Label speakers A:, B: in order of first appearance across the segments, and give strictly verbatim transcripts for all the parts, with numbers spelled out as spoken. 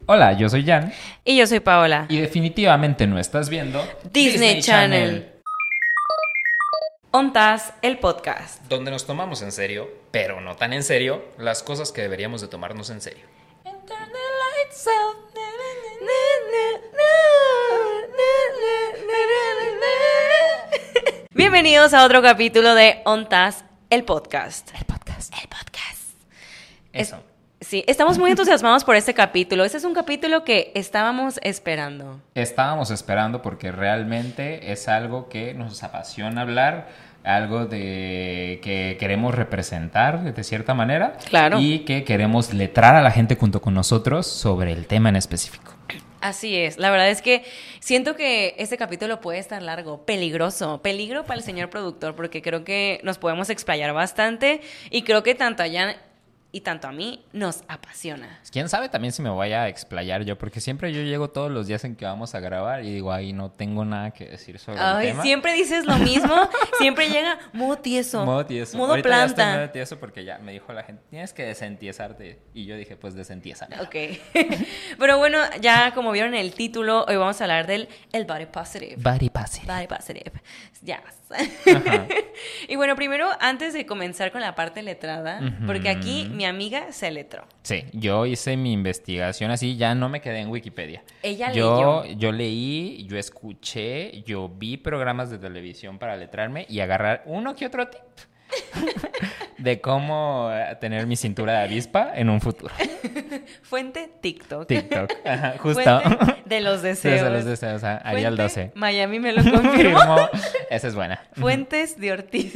A: Hola, yo soy Jan.
B: Y yo soy Paola.
A: Y definitivamente no estás viendo
B: Disney, Disney Channel. Channel. Ontas, el podcast.
A: Donde nos tomamos en serio, pero no tan en serio, las cosas que deberíamos de tomarnos en serio.
B: Bienvenidos a otro capítulo de Ontas, el podcast.
A: El podcast.
B: El podcast.
A: Eso.
B: Es, sí, estamos muy entusiasmados por este capítulo. Este es un capítulo que estábamos esperando.
A: Estábamos esperando porque realmente es algo que nos apasiona hablar, algo de que queremos representar de cierta manera.
B: Claro.
A: Y que queremos letrar a la gente junto con nosotros sobre el tema en específico.
B: Así es, la verdad es que siento que este capítulo puede estar largo, peligroso, peligro para el señor productor, porque creo que nos podemos explayar bastante y creo que tanto a Jan y tanto a mí nos apasiona.
A: Quién sabe también si me voy a explayar yo, porque siempre yo llego todos los días en que vamos a grabar y digo, ahí no tengo nada que decir sobre
B: Ay,
A: el tema.
B: Siempre dices lo mismo, siempre llega modo tieso,
A: modo tieso.
B: modo
A: Ahorita
B: planta.
A: Ya estoy modo tieso porque ya me dijo la gente, tienes que desentiesarte. Y yo dije, pues desentiésame.
B: Ok. Pero bueno, ya como vieron en el título, hoy vamos a hablar del el body positive.
A: Body positive.
B: Body positive. Ya.
A: Ajá.
B: Y bueno, primero, antes de comenzar con la parte letrada, uh-huh. porque aquí mi amiga se letró.
A: Sí, yo hice mi investigación así, ya no me quedé en Wikipedia.
B: Ella
A: yo,
B: leyó.
A: Yo leí, yo escuché, yo vi programas de televisión para letrarme y agarrar uno que otro tip de cómo tener mi cintura de avispa en un futuro.
B: Fuente TikTok.
A: TikTok, ajá, justo.
B: Fuente de los deseos.
A: De los deseos, ajá, Ariel doce.
B: Miami me lo confirmó.
A: Esa es buena.
B: Fuentes de Ortiz.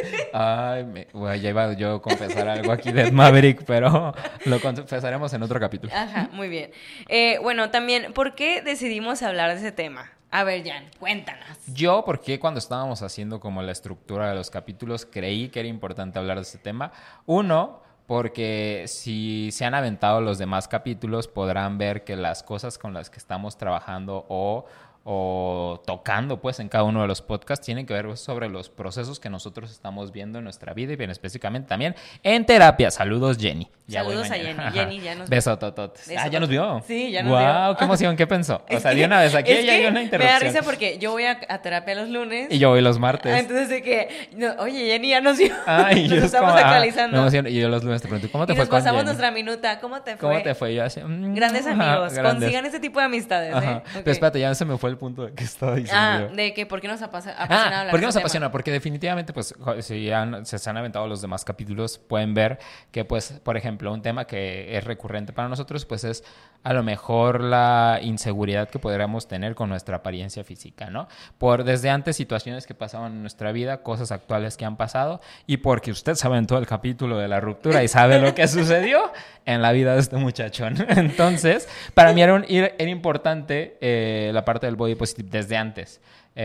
A: Ay, me, bueno, ya iba yo a confesar algo aquí de Maverick, pero lo confesaremos en otro capítulo.
B: Ajá, muy bien. Eh, bueno, también, ¿por qué decidimos hablar de ese tema? A ver, Jan, cuéntanos.
A: Yo, porque cuando estábamos haciendo como la estructura de los capítulos, creí que era importante hablar de este tema. Uno, porque si se han aventado los demás capítulos, podrán ver que las cosas con las que estamos trabajando o... o tocando pues en cada uno de los podcasts tienen que ver sobre los procesos que nosotros estamos viendo en nuestra vida y bien específicamente también en terapia. Saludos, Jenny.
B: Ya Saludos a Jenny. Jenny ya nos vio.
A: Besotototes. Beso ah, ¿ya nos vio?
B: Sí, ya nos
A: wow,
B: vio.
A: Wow, qué emoción, ¿qué pensó? O sea, de una vez aquí ya hay una interrupción.
B: Me da risa porque yo voy a, a terapia los lunes.
A: Y yo voy los martes.
B: Ah, entonces de que, no, oye, Jenny ya nos vio.
A: Ah, y
B: nos
A: yo
B: estamos
A: como,
B: actualizando.
A: Ah, me emociono. Y yo los lunes te pregunto, ¿cómo te
B: y
A: fue
B: nos
A: con
B: pasamos
A: Jenny?
B: nuestra minuta. ¿Cómo te fue?
A: ¿Cómo te fue? Yo así, mmm,
B: grandes amigos.
A: Ajá, grandes.
B: Consigan ese tipo de amistades,
A: Ajá.
B: ¿eh? Okay.
A: Pero espérate, ya se me fue el punto de que estaba diciendo.
B: Ah,
A: yo.
B: de que ¿por qué nos apasiona
A: ah,
B: hablar
A: ¿por qué
B: de
A: nos
B: ese
A: apasiona?
B: tema?
A: Porque definitivamente, pues, si han, se han aventado los demás capítulos, pueden ver que, pues, por ejemplo, un tema que es recurrente para nosotros, pues, es a lo mejor la inseguridad que podríamos tener con nuestra apariencia física, ¿no? Por desde antes situaciones que pasaban en nuestra vida, cosas actuales que han pasado, y porque usted sabe en todo el capítulo de la ruptura y sabe lo que sucedió en la vida de este muchachón. Entonces, para mí era, un, era importante eh, la parte del body positive desde antes.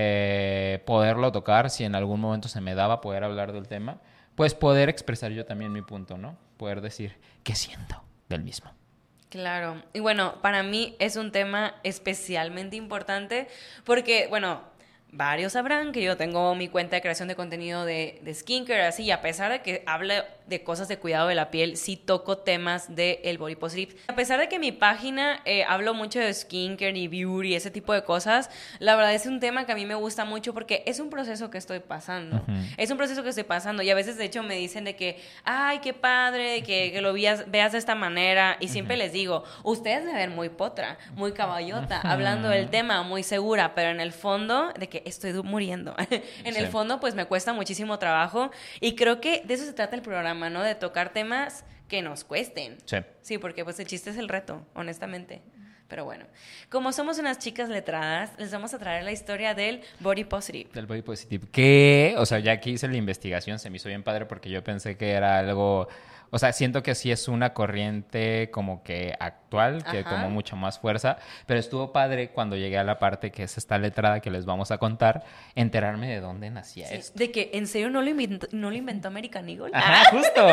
A: Eh, poderlo tocar, si en algún momento se me daba poder hablar del tema, pues poder expresar yo también mi punto, ¿no? Poder decir qué siento del mismo.
B: Claro, y bueno, para mí es un tema especialmente importante porque, bueno, varios sabrán que yo tengo mi cuenta de creación de contenido de, de skincare, así, y a pesar de que hable de cosas de cuidado de la piel, sí toco temas del body positive. A pesar de que mi página eh, hablo mucho de skincare y beauty, ese tipo de cosas, la verdad es un tema que a mí me gusta mucho porque es un proceso que estoy pasando. Uh-huh. Es un proceso que estoy pasando y a veces, de hecho, me dicen de que, ay, qué padre, que, que lo veas, veas de esta manera, y siempre uh-huh. les digo, ustedes me ven muy potra, muy caballota, uh-huh. hablando del tema, muy segura, pero en el fondo, de que estoy muriendo. en sí. el fondo, pues me cuesta muchísimo trabajo y creo que de eso se trata el programa, ¿no? De tocar temas que nos cuesten.
A: Sí.
B: Sí, porque pues el chiste es el reto, honestamente. Pero bueno, como somos unas chicas letradas, les vamos a traer la historia del body positive.
A: Del body positive. Que, o sea, ya que hice la investigación, se me hizo bien padre porque yo pensé que era algo... O sea, siento que sí es una corriente como que actual, que Ajá. como mucho más fuerza, pero estuvo padre cuando llegué a la parte que es esta letrada que les vamos a contar, enterarme de dónde nacía
B: sí,
A: esto.
B: De que, ¿en serio no lo inventó, no lo inventó American Eagle?
A: Ajá,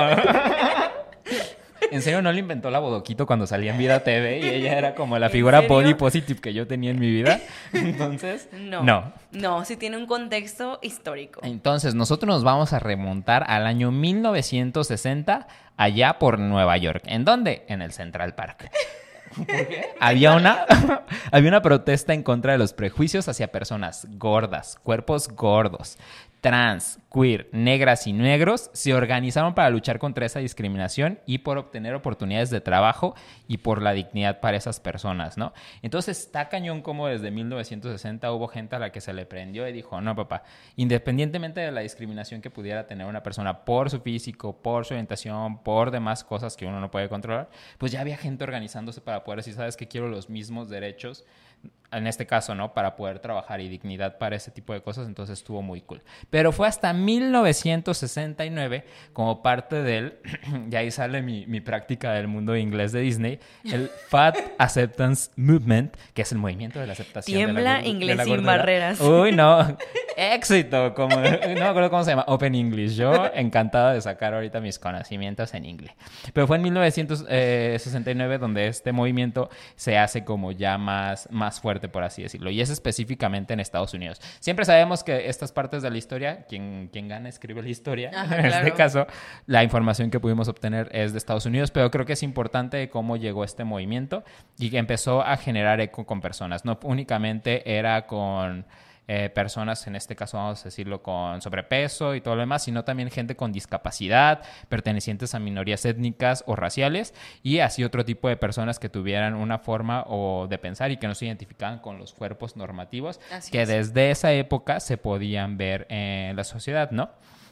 A: justo. En serio, no lo inventó la Bodoquito cuando salía en Vida T V y ella era como la figura body positive que yo tenía en mi vida. Entonces,
B: no.
A: No,
B: no sí tiene un contexto histórico.
A: Entonces, nosotros nos vamos a remontar al año mil novecientos sesenta, allá por Nueva York. ¿En dónde? En el Central Park. ¿Por qué? Había una, había una protesta en contra de los prejuicios hacia personas gordas, cuerpos gordos, trans, queer, negras y negros. Se organizaron para luchar contra esa discriminación y por obtener oportunidades de trabajo y por la dignidad para esas personas, ¿no? Entonces está cañón como desde mil novecientos sesenta hubo gente a la que se le prendió y dijo, no, papá, independientemente de la discriminación que pudiera tener una persona por su físico, por su orientación, por demás cosas que uno no puede controlar, pues ya había gente organizándose para poder decir, ¿sabes qué? Quiero los mismos derechos, en este caso, ¿no? Para poder trabajar y dignidad para ese tipo de cosas, entonces estuvo muy cool. Pero fue hasta mil novecientos sesenta y nueve, como parte del, y ahí sale mi, mi práctica del mundo inglés de Disney, el Fat Acceptance Movement, que es el movimiento de la aceptación.
B: Tiembla
A: de la,
B: inglés
A: de la
B: sin barreras.
A: Uy, no, éxito, como, no me acuerdo cómo se llama, Open English. Yo encantado de sacar ahorita mis conocimientos en inglés. Pero fue en mil novecientos sesenta y nueve donde este movimiento se hace como ya más, más fuerte, por así decirlo, y es específicamente en Estados Unidos. Siempre sabemos que estas partes de la historia, quien, quien gana escribe la historia.
B: Ajá,
A: en
B: claro.
A: este caso, la información que pudimos obtener es de Estados Unidos, pero creo que es importante cómo llegó este movimiento y que empezó a generar eco con personas. No únicamente era con eh, personas, en este caso vamos a decirlo, con sobrepeso y todo lo demás, sino también gente con discapacidad, pertenecientes a minorías étnicas o raciales, y así otro tipo de personas que tuvieran una forma o de pensar y que no se identificaban con los cuerpos normativos
B: Así
A: que
B: es.
A: desde esa época se podían ver en la sociedad, ¿no?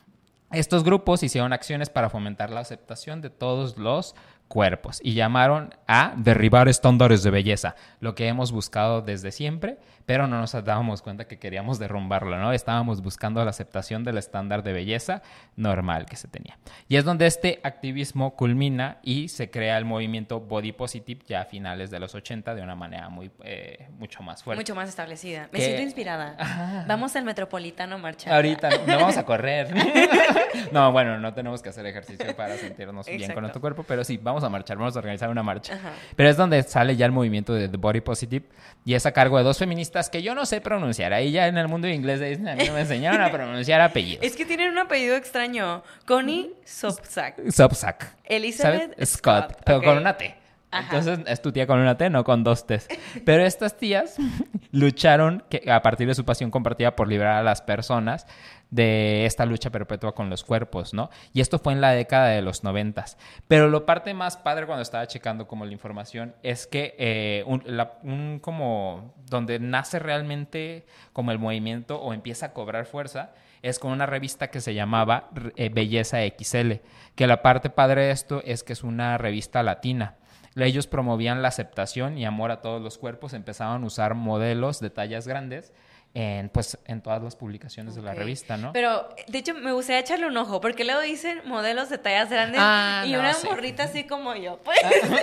A: Estos grupos hicieron acciones para fomentar la aceptación de todos los cuerpos y llamaron a derribar estándares de belleza, lo que hemos buscado desde siempre, pero no nos dábamos cuenta que queríamos derrumbarlo, ¿no? Estábamos buscando la aceptación del estándar de belleza normal que se tenía. Y es donde este activismo culmina y se crea el movimiento Body Positive ya a finales de los ochenta de una manera muy, eh, mucho más fuerte.
B: Mucho más establecida. Me
A: Que-
B: siento inspirada.
A: Ah.
B: Vamos al Metropolitano marchando.
A: Ahorita no vamos a correr. No, bueno, no tenemos que hacer ejercicio para sentirnos bien
B: Exacto.
A: con nuestro cuerpo, pero sí, vamos a marchar, vamos a organizar una marcha.
B: Ajá.
A: Pero es donde sale ya el movimiento de The Body Positive y es a cargo de dos feministas que yo no sé pronunciar. Ahí ya en el mundo inglés de Disney a mí no me enseñaron a pronunciar apellidos.
B: Es que tienen un apellido extraño. Connie Sobczak.
A: Subsack.
B: Elizabeth
A: ¿Sabes?
B: Scott.
A: Scott, pero
B: Ok.
A: con una T.
B: Ajá.
A: Entonces es tu tía con una T, no con dos T's. Pero estas tías lucharon que, a partir de su pasión compartida por liberar a las personas de esta lucha perpetua con los cuerpos, ¿no? Y esto fue en la década de los noventas. Pero lo parte más padre cuando estaba checando como la información es que eh, un, la- un como donde nace realmente como el movimiento o empieza a cobrar fuerza es con una revista que se llamaba eh, Belleza X L, que la parte padre de esto es que es una revista latina. Ellos promovían la aceptación y amor a todos los cuerpos, empezaban a usar modelos de tallas grandes en, pues, en todas las publicaciones de la
B: Ok.
A: revista, ¿no?
B: Pero, de hecho, me gustaría echarle un ojo, porque luego dicen modelos de tallas grandes
A: Ah,
B: y
A: no,
B: una
A: sí.
B: morrita así como yo. Pues,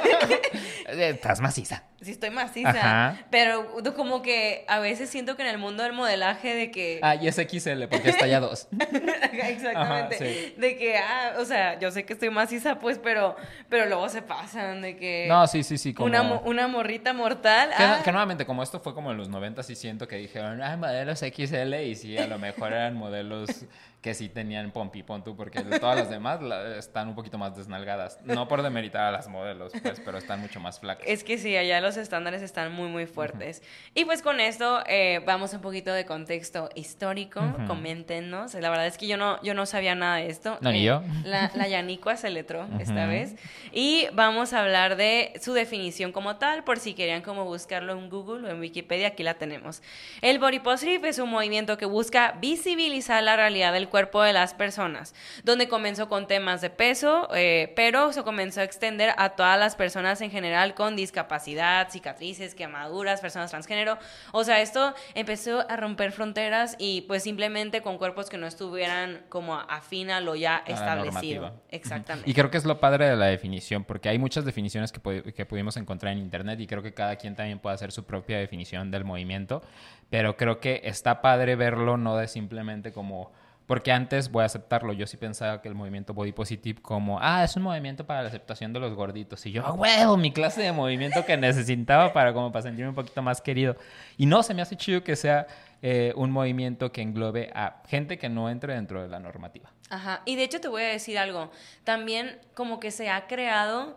A: Eh, Estás maciza.
B: sí estoy maciza.
A: Ajá.
B: Pero como que a veces siento que en el mundo del modelaje de que...
A: Ah, y es X L porque es talla dos.
B: Exactamente.
A: Ajá, sí.
B: De que, ah, o sea, yo sé que estoy maciza, pues, pero, pero luego se pasan de que...
A: No, sí, sí, sí. Como...
B: Una, mo- una morrita mortal.
A: Que,
B: ah,
A: que nuevamente, como esto fue como en los noventa, sí siento que dijeron, ay, modelos X L, y sí, a lo mejor eran modelos que sí tenían pompi, pon tú, porque todas las demás la- están un poquito más desnalgadas. No por demeritar a las modelos, pues, pero están mucho más flacas.
B: Es que sí, allá los estándares están muy, muy fuertes. Y pues con esto eh, vamos a un poquito de contexto histórico.
A: Ujú.
B: Coméntenos. La verdad es que yo no, yo no sabía nada de esto.
A: No, ni
B: Eh,
A: yo.
B: La, la Yanicua se letró esta
A: Ujú.
B: vez. Y vamos a hablar de su definición como tal, por si querían como buscarlo en Google o en Wikipedia, aquí la tenemos. El Body Positive es un movimiento que busca visibilizar la realidad del cuerpo de las personas, donde comenzó con temas de peso, eh, pero se comenzó a extender a todas las personas en general con discapacidad, cicatrices, quemaduras, personas transgénero. O sea, esto empezó a romper fronteras y pues simplemente con cuerpos que no estuvieran como afín a lo ya
A: A la
B: establecido.
A: normativa.
B: Exactamente.
A: Y creo que es lo padre de la definición, porque hay muchas definiciones que, pu- que pudimos encontrar en internet y creo que cada quien también puede hacer su propia definición del movimiento, pero creo que está padre verlo no de simplemente como... Porque antes, voy a aceptarlo, yo sí pensaba que el movimiento Body Positive como, ah, es un movimiento para la aceptación de los gorditos. Y yo, ¡ah, huevo! Mi clase de movimiento que necesitaba para como para sentirme un poquito más querido. Y no, se me hace chido que sea eh, un movimiento que englobe a gente que no entre dentro de la normativa.
B: Ajá, y de hecho te voy a decir algo, también como que se ha creado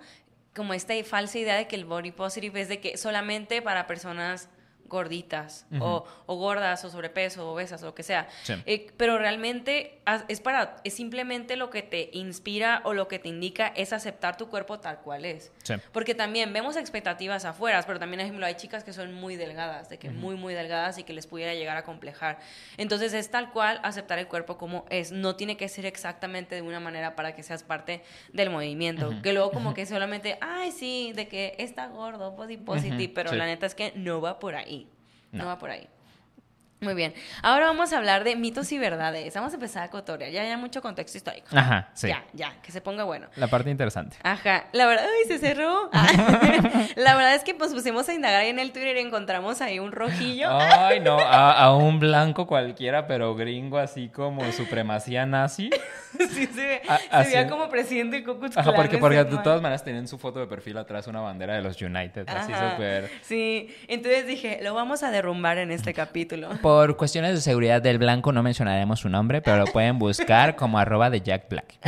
B: como esta falsa idea de que el body positive es de que solamente para personas gorditas uh-huh. o, o gordas o sobrepeso o obesas o lo que sea. Sí. Eh, pero realmente es para es simplemente lo que te inspira o lo que te indica es aceptar tu cuerpo tal cual es. Sí. Porque también vemos expectativas afuera, pero también, por ejemplo, hay chicas que son muy delgadas, de que uh-huh. muy, muy delgadas y que les pudiera llegar a complejar. Entonces es tal cual aceptar el cuerpo como es. No tiene que ser exactamente de una manera para que seas parte del movimiento. Uh-huh. Que luego como uh-huh. que solamente, ay, sí, de que está gordo, body positive, uh-huh. pero sí. la neta es que no va por ahí. No. no va por ahí. Muy bien. Ahora vamos a hablar de mitos y verdades. Vamos a empezar a cotorear. Ya hay mucho contexto histórico.
A: Ajá, sí.
B: Ya, ya, que se ponga bueno.
A: La parte interesante.
B: Ajá. La verdad, ¡ay, se cerró! Ah. La verdad es que pues pusimos a indagar en el Twitter y encontramos ahí un rojillo.
A: Ay, no, a, a un blanco cualquiera, pero gringo, así como supremacía nazi.
B: Sí, se, ve, a, se veía como presidente de Ku Klux Klan.
A: Ajá, porque, porque de todas maneras tenían su foto de perfil atrás una bandera de los United. Ajá, así súper...
B: Sí, entonces dije, lo vamos a derrumbar en este capítulo.
A: Por cuestiones de seguridad del blanco no mencionaremos su nombre, pero lo pueden buscar como arroba de Jack Black.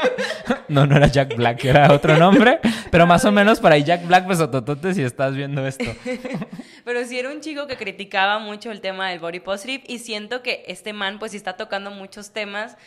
A: No, no era Jack Black, era otro nombre, pero más o menos por ahí Jack Black, pues ototote si estás viendo esto.
B: Pero sí era un chico que criticaba mucho el tema del body positive y siento que este man pues sí está tocando muchos temas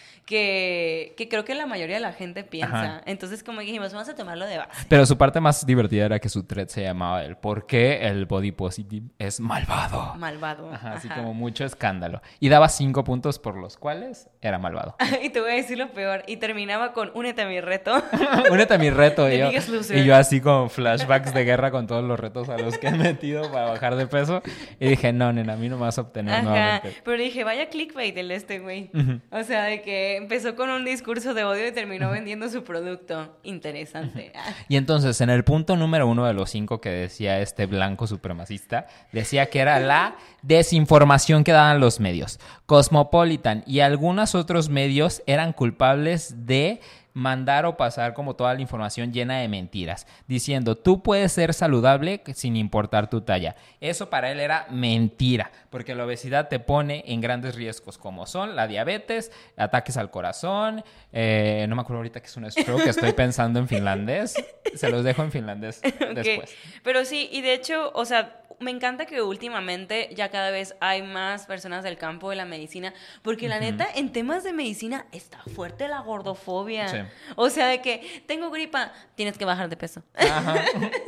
B: que, que creo que la mayoría de la gente piensa. Ajá. Entonces como dijimos, vamos a tomarlo de base.
A: Pero su parte más divertida era que su thread se llamaba el ¿por qué el body positive es malvado?
B: Malvado.
A: Ajá, así Ajá. como mucho escándalo. Y daba cinco puntos por los cuales era malvado.
B: Y te voy a decir lo peor. Y terminaba con únete a mi reto.
A: Únete a mi reto. y, yo, y yo así con flashbacks de guerra con todos los retos a los que he metido para bajar de peso. Y dije, no, nena, a mí no me vas a obtener Ajá. nuevamente.
B: Pero dije, vaya clickbait el este güey. Uh-huh. O sea, de que empezó con un discurso de odio y terminó uh-huh. vendiendo su producto. Interesante.
A: Uh-huh. Y entonces, en el punto número uno de los cinco que decía este blanco supremacista, decía que era la desinformación que daban los medios. Cosmopolitan y algunos otros medios eran culpables de mandar o pasar como toda la información llena de mentiras, diciendo tú puedes ser saludable sin importar tu talla. Eso para él era mentira, porque la obesidad te pone en grandes riesgos como son la diabetes, ataques al corazón, eh, no me acuerdo ahorita que es un stroke, estoy pensando en finlandés, se los dejo en finlandés okay. después.
B: Pero sí, y de hecho, o sea, me encanta que últimamente ya cada vez hay más personas del campo de la medicina, porque la uh-huh. neta, en temas de medicina está fuerte la gordofobia. Sí. O sea, de que tengo gripa, tienes que bajar de peso. Ajá.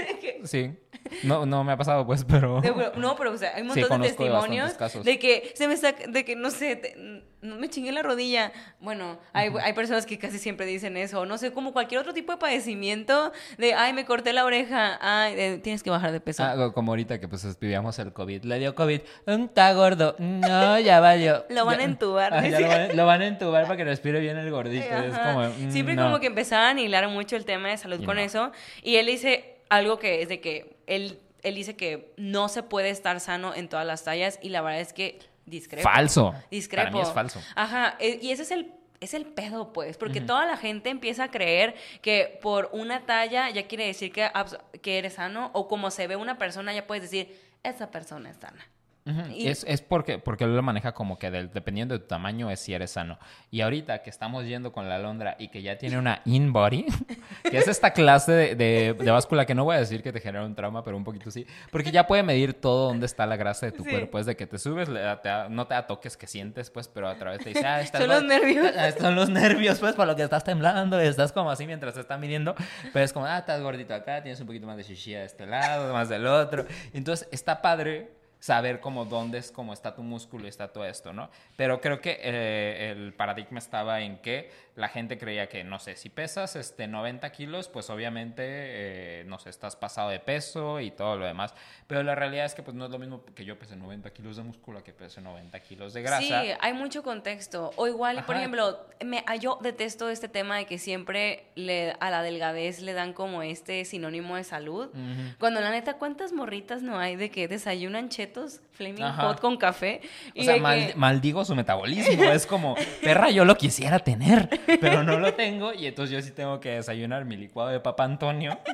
A: Sí. No, no me ha pasado, pues, pero...
B: No, pero, o sea, hay un montón sí, de testimonios de, de que se me saca, de que, no sé, te, no me chingué la rodilla. Bueno, hay, uh-huh. hay personas que casi siempre dicen eso. No sé, como cualquier otro tipo de padecimiento de, ay, me corté la oreja, ay, de, tienes que bajar de peso.
A: Ah, como ahorita que, pues, vivíamos el COVID. Le dio COVID. Está gordo. No, ya valió.
B: Lo van
A: ya,
B: a entubar.
A: Ah, ya lo, van, lo van a entubar para que respire bien el gordito. Es como, mm,
B: siempre
A: no.
B: como que empezaban a hilar mucho el tema de salud y con no. eso. Y él dice algo que es de que él... Él dice que no se puede estar sano en todas las tallas y la verdad es que discrepo.
A: Falso.
B: Discrepo.
A: Para mí es falso.
B: Ajá, y ese es el, es el pedo, pues, porque uh-huh. toda la gente empieza a creer que por una talla ya quiere decir que, que eres sano o como se ve una persona ya puedes decir, esa persona es sana.
A: Uh-huh. Y es, es porque, porque él lo maneja como que del, dependiendo de tu tamaño es si eres sano. Y ahorita que estamos yendo con la Alondra y que ya tiene una in-body, que es esta clase de, de, de báscula que no voy a decir que te genera un trauma, pero un poquito sí, porque ya puede medir todo dónde está la grasa de tu sí. cuerpo. Es de que te subes, le, te, no te da toques que sientes, pues, pero a través te dice, ah, estás...
B: Son los nervios.
A: Son los nervios, pues, por lo que estás temblando y estás como así mientras te están midiendo. Pero es como, ah, estás gordito acá, tienes un poquito más de chichilla de este lado, más del otro. Entonces, está padre saber como dónde es, cómo está tu músculo y está todo esto, ¿no? Pero creo que eh, el paradigma estaba en que la gente creía que, no sé, si pesas este, noventa kilos, pues obviamente, eh, no sé, estás pasado de peso y todo lo demás. Pero la realidad es que pues no es lo mismo que yo pese noventa kilos de músculo que pese noventa kilos de grasa.
B: Sí, hay mucho contexto. O igual, Ajá. por ejemplo, me, yo detesto este tema de que siempre le, a la delgadez le dan como este sinónimo de salud. Uh-huh. Cuando la neta, ¿cuántas morritas no hay de que desayunan chetos Flaming Ajá. Hot con café?
A: O y sea, mal, que... maldigo su metabolismo. Es como, perra, yo lo quisiera tener, pero no lo tengo. Y entonces yo sí tengo que desayunar mi licuado de Papa Antonio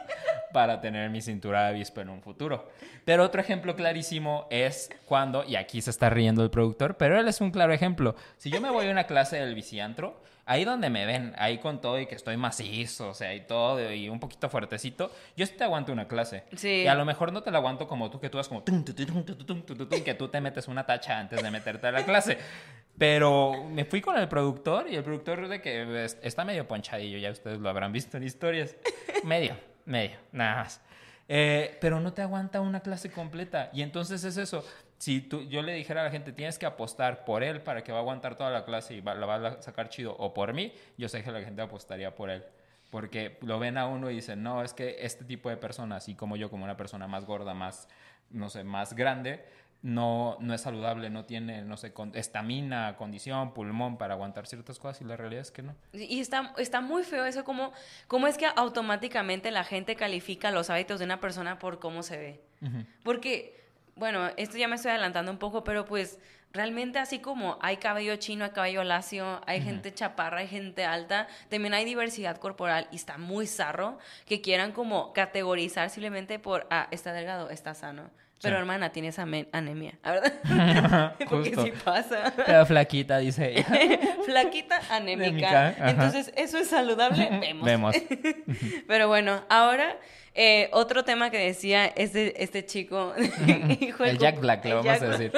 A: para tener mi cintura de avispa en un futuro. Pero otro ejemplo clarísimo es cuando, y aquí se está riendo el productor, pero él es un claro ejemplo. Si yo me voy a una clase del biciantro, ahí donde me ven, ahí con todo y que estoy macizo, o sea, y todo, y un poquito fuertecito, yo sí te aguanto una clase.
B: Sí.
A: Y a lo mejor no te la aguanto como tú, que tú vas como... tum, tum, tum, tum, tum, tum, tum, tum, que tú te metes una tacha antes de meterte a la clase. Pero me fui con el productor y el productor de que está medio ponchadillo, ya ustedes lo habrán visto en historias. Medio, medio, nada más. Eh, pero no te aguanta una clase completa. Y entonces es eso. Si tú, yo le dijera a la gente, tienes que apostar por él para que va a aguantar toda la clase y va, la va a sacar chido, o por mí, yo sé que la gente apostaría por él. Porque lo ven a uno y dicen, no, es que este tipo de persona, así como yo, como una persona más gorda, más, no sé, más grande, no, no es saludable, no tiene, no sé, con, estamina, condición, pulmón para aguantar ciertas cosas, y la realidad es que no.
B: Y está, está muy feo eso, como, como es que automáticamente la gente califica los hábitos de una persona por cómo se ve. Uh-huh. Porque, bueno, esto ya me estoy adelantando un poco, pero pues realmente así como hay cabello chino, hay cabello lacio, hay uh-huh. gente chaparra, hay gente alta, también hay diversidad corporal y está muy zarro que quieran como categorizar simplemente por, ah, está delgado, está sano. Pero sí. Hermana, tienes anemia, ¿verdad? Porque sí pasa.
A: Pero flaquita, dice ella.
B: Flaquita, anémica. Entonces, ¿eso es saludable? Vemos.
A: Vemos.
B: Pero bueno, ahora eh, otro tema que decía este, este chico.
A: hijo el Jack Black, le vamos Jack a decir.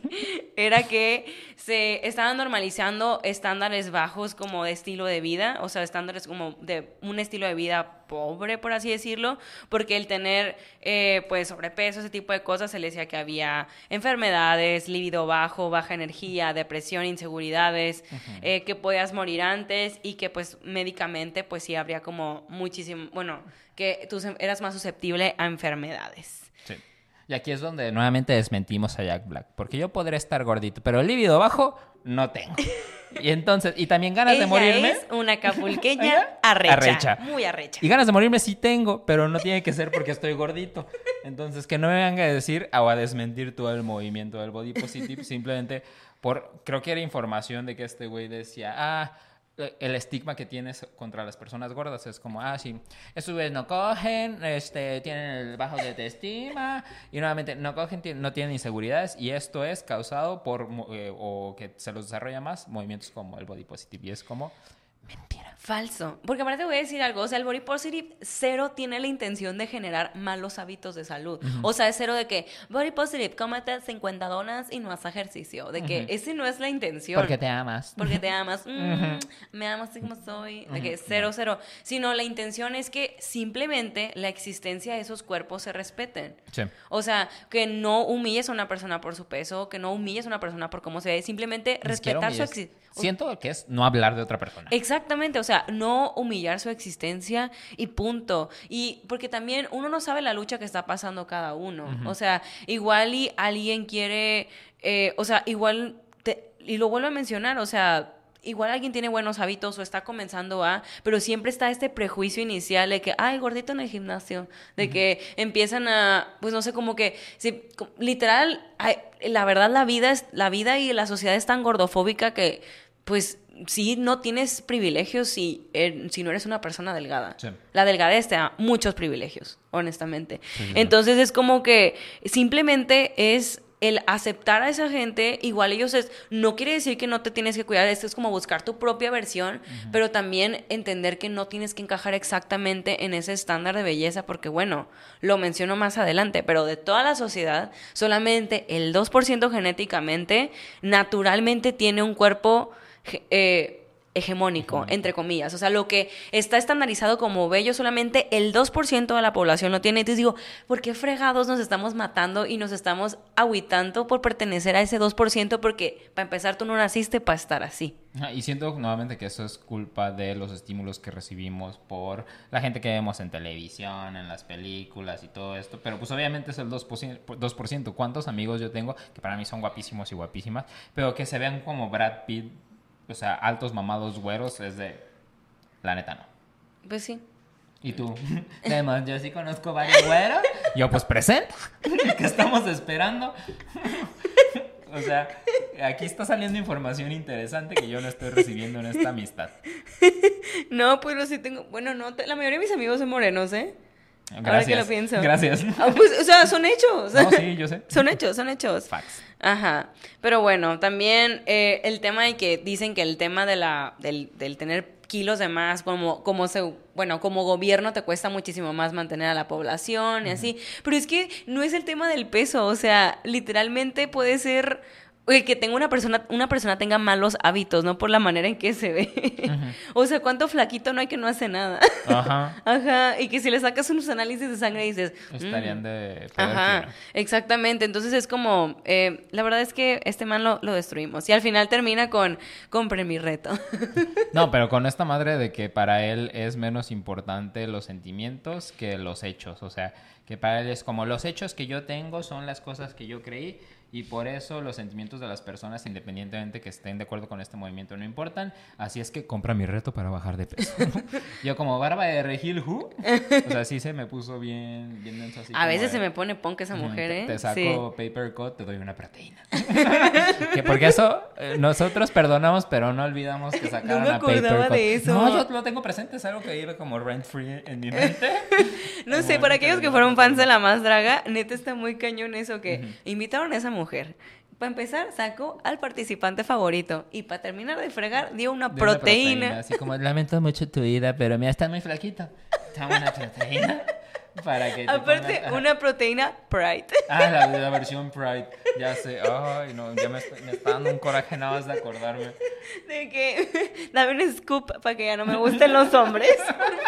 B: Era que se estaban normalizando estándares bajos como de estilo de vida, o sea, estándares como de un estilo de vida pobre, por así decirlo, porque el tener eh, pues sobrepeso, ese tipo de cosas, se le decía que había enfermedades, libido bajo, baja energía, depresión, inseguridades, uh-huh. eh, que podías morir antes y que pues médicamente pues sí habría como muchísimo, bueno, que tú eras más susceptible a enfermedades.
A: Sí. Y aquí es donde nuevamente desmentimos a Jack Black, porque yo podré estar gordito, pero el líbido bajo no tengo. Y entonces, y también ganas
B: Ella
A: de morirme.
B: Es una acapulqueña arrecha, arrecha, muy arrecha.
A: Y ganas de morirme sí tengo, pero no tiene que ser porque estoy gordito. Entonces, que no me venga a decir o a desmentir todo el movimiento del body positive, simplemente por, creo que era información de que este güey decía, ah, el estigma que tienes contra las personas gordas es como, ah, sí, estos güeyes no cogen, este, tienen el bajo de autoestima y nuevamente no cogen, no tienen inseguridades y esto es causado por, eh, o que se los desarrolla más, movimientos como el body positive y es como, mentira.
B: Falso. Porque aparte te voy a decir algo, o sea, el body positive cero tiene la intención de generar malos hábitos de salud. Uh-huh. O sea, es cero de que, body positive, cómete cincuenta donas y no haz ejercicio. De que uh-huh. ese no es la intención.
A: Porque te amas.
B: Porque te amas. Mm, uh-huh. Me amas así como soy. De que cero, cero. Sino la intención es que simplemente la existencia de esos cuerpos se respeten.
A: Sí.
B: O sea, que no humilles a una persona por su peso, que no humilles a una persona por cómo se ve. Simplemente Ni respetar su existencia.
A: Siento que es no hablar de otra persona.
B: Exactamente, o sea, no humillar su existencia y punto. Y porque también uno no sabe la lucha que está pasando cada uno. Uh-huh. O sea, igual y alguien quiere, eh, o sea, igual, te, y lo vuelvo a mencionar, o sea, igual alguien tiene buenos hábitos o está comenzando a, pero siempre está este prejuicio inicial de que, ay, gordito en el gimnasio, de uh-huh. que empiezan a, pues no sé, como que, si, literal, ay, la verdad la vida es, la vida y la sociedad es tan gordofóbica que, pues, sí, no tienes privilegios si, eh, si no eres una persona delgada. Sí. La delgadez te da muchos privilegios, honestamente. Sí, sí. Entonces es como que simplemente es el aceptar a esa gente, igual ellos es, no quiere decir que no te tienes que cuidar, esto es como buscar tu propia versión, uh-huh. pero también entender que no tienes que encajar exactamente en ese estándar de belleza, porque bueno, lo menciono más adelante, pero de toda la sociedad, solamente el dos por ciento genéticamente, naturalmente tiene un cuerpo Eh, hegemónico, hegemónico, entre comillas. O sea, lo que está estandarizado como bello, solamente el dos por ciento de la población lo tiene. Entonces digo, ¿por qué fregados nos estamos matando y nos estamos agüitando por pertenecer a ese dos por ciento? Porque, para empezar, tú no naciste para estar así.
A: Y siento nuevamente que eso es culpa de los estímulos que recibimos por la gente que vemos en televisión, en las películas y todo esto. Pero pues obviamente es el dos por ciento. dos por ciento. ¿Cuántos amigos yo tengo que para mí son guapísimos y guapísimas, pero que se vean como Brad Pitt? O sea, altos, mamados, güeros, es de... La neta, no.
B: Pues sí.
A: ¿Y tú? Además, yo sí conozco varios güeros. Yo, pues, presenta. ¿Qué estamos esperando? O sea, aquí está saliendo información interesante que yo no estoy recibiendo en esta amistad.
B: No, pues sí tengo... Bueno, no, la mayoría de mis amigos son morenos, ¿eh?
A: Gracias.
B: Ahora que lo pienso.
A: Gracias.
B: Ah, pues, o sea, son hechos.
A: No, sí, yo sé.
B: Son hechos, son hechos.
A: Facts.
B: Ajá. Pero bueno, también eh, el tema de que dicen que el tema de la, del, del tener kilos de más, como, como se, bueno, como gobierno te cuesta muchísimo más mantener a la población y así. Pero es que no es el tema del peso, o sea, literalmente puede ser el que tenga una persona, una persona tenga malos hábitos, no por la manera en que se ve. Uh-huh. O sea, cuánto flaquito no hay que no hace nada.
A: Ajá.
B: Ajá. Y que si le sacas unos análisis de sangre dices,
A: estarían
B: mm.
A: de
B: Ajá,
A: kilo.
B: Exactamente. Entonces es como, eh, la verdad es que este man lo, lo destruimos. Y al final termina con, compre mi reto.
A: No, pero con esta madre de que para él es menos importante los sentimientos que los hechos. O sea, que para él es como los hechos que yo tengo son las cosas que yo creí. Y por eso los sentimientos de las personas, independientemente que estén de acuerdo con este movimiento, no importan. Así es que compra mi reto para bajar de peso. Yo como barba de Regil Who, o sea, sí se me puso bien, bien denso así.
B: A veces
A: de,
B: se me pone punk esa mujer, ¿eh?
A: Te, te saco
B: sí.
A: paper cut, te doy una proteína. Que porque eso, eh, nosotros perdonamos, pero no olvidamos que sacaron
B: no me
A: a paper cut.
B: De eso.
A: No, yo lo tengo presente, es algo que vive como rent free en mi mente.
B: No sé, para aquellos que fueron fans de La Más Draga, neta está muy cañón eso que uh-huh. invitaron a esa mujer. Para empezar, sacó al participante favorito. Y para terminar de fregar, dio una,
A: de
B: proteína.
A: una proteína. Así como, lamento mucho tu vida, pero mira, estás muy flaquito. Toma una proteína. Para que te
B: Aparte,
A: pongas...
B: una proteína Pride.
A: Ah, la, la versión Pride. Ya sé. Ay, no, ya me está, me está dando un coraje nada más de acordarme.
B: De que dame un scoop para que ya no me gusten los hombres.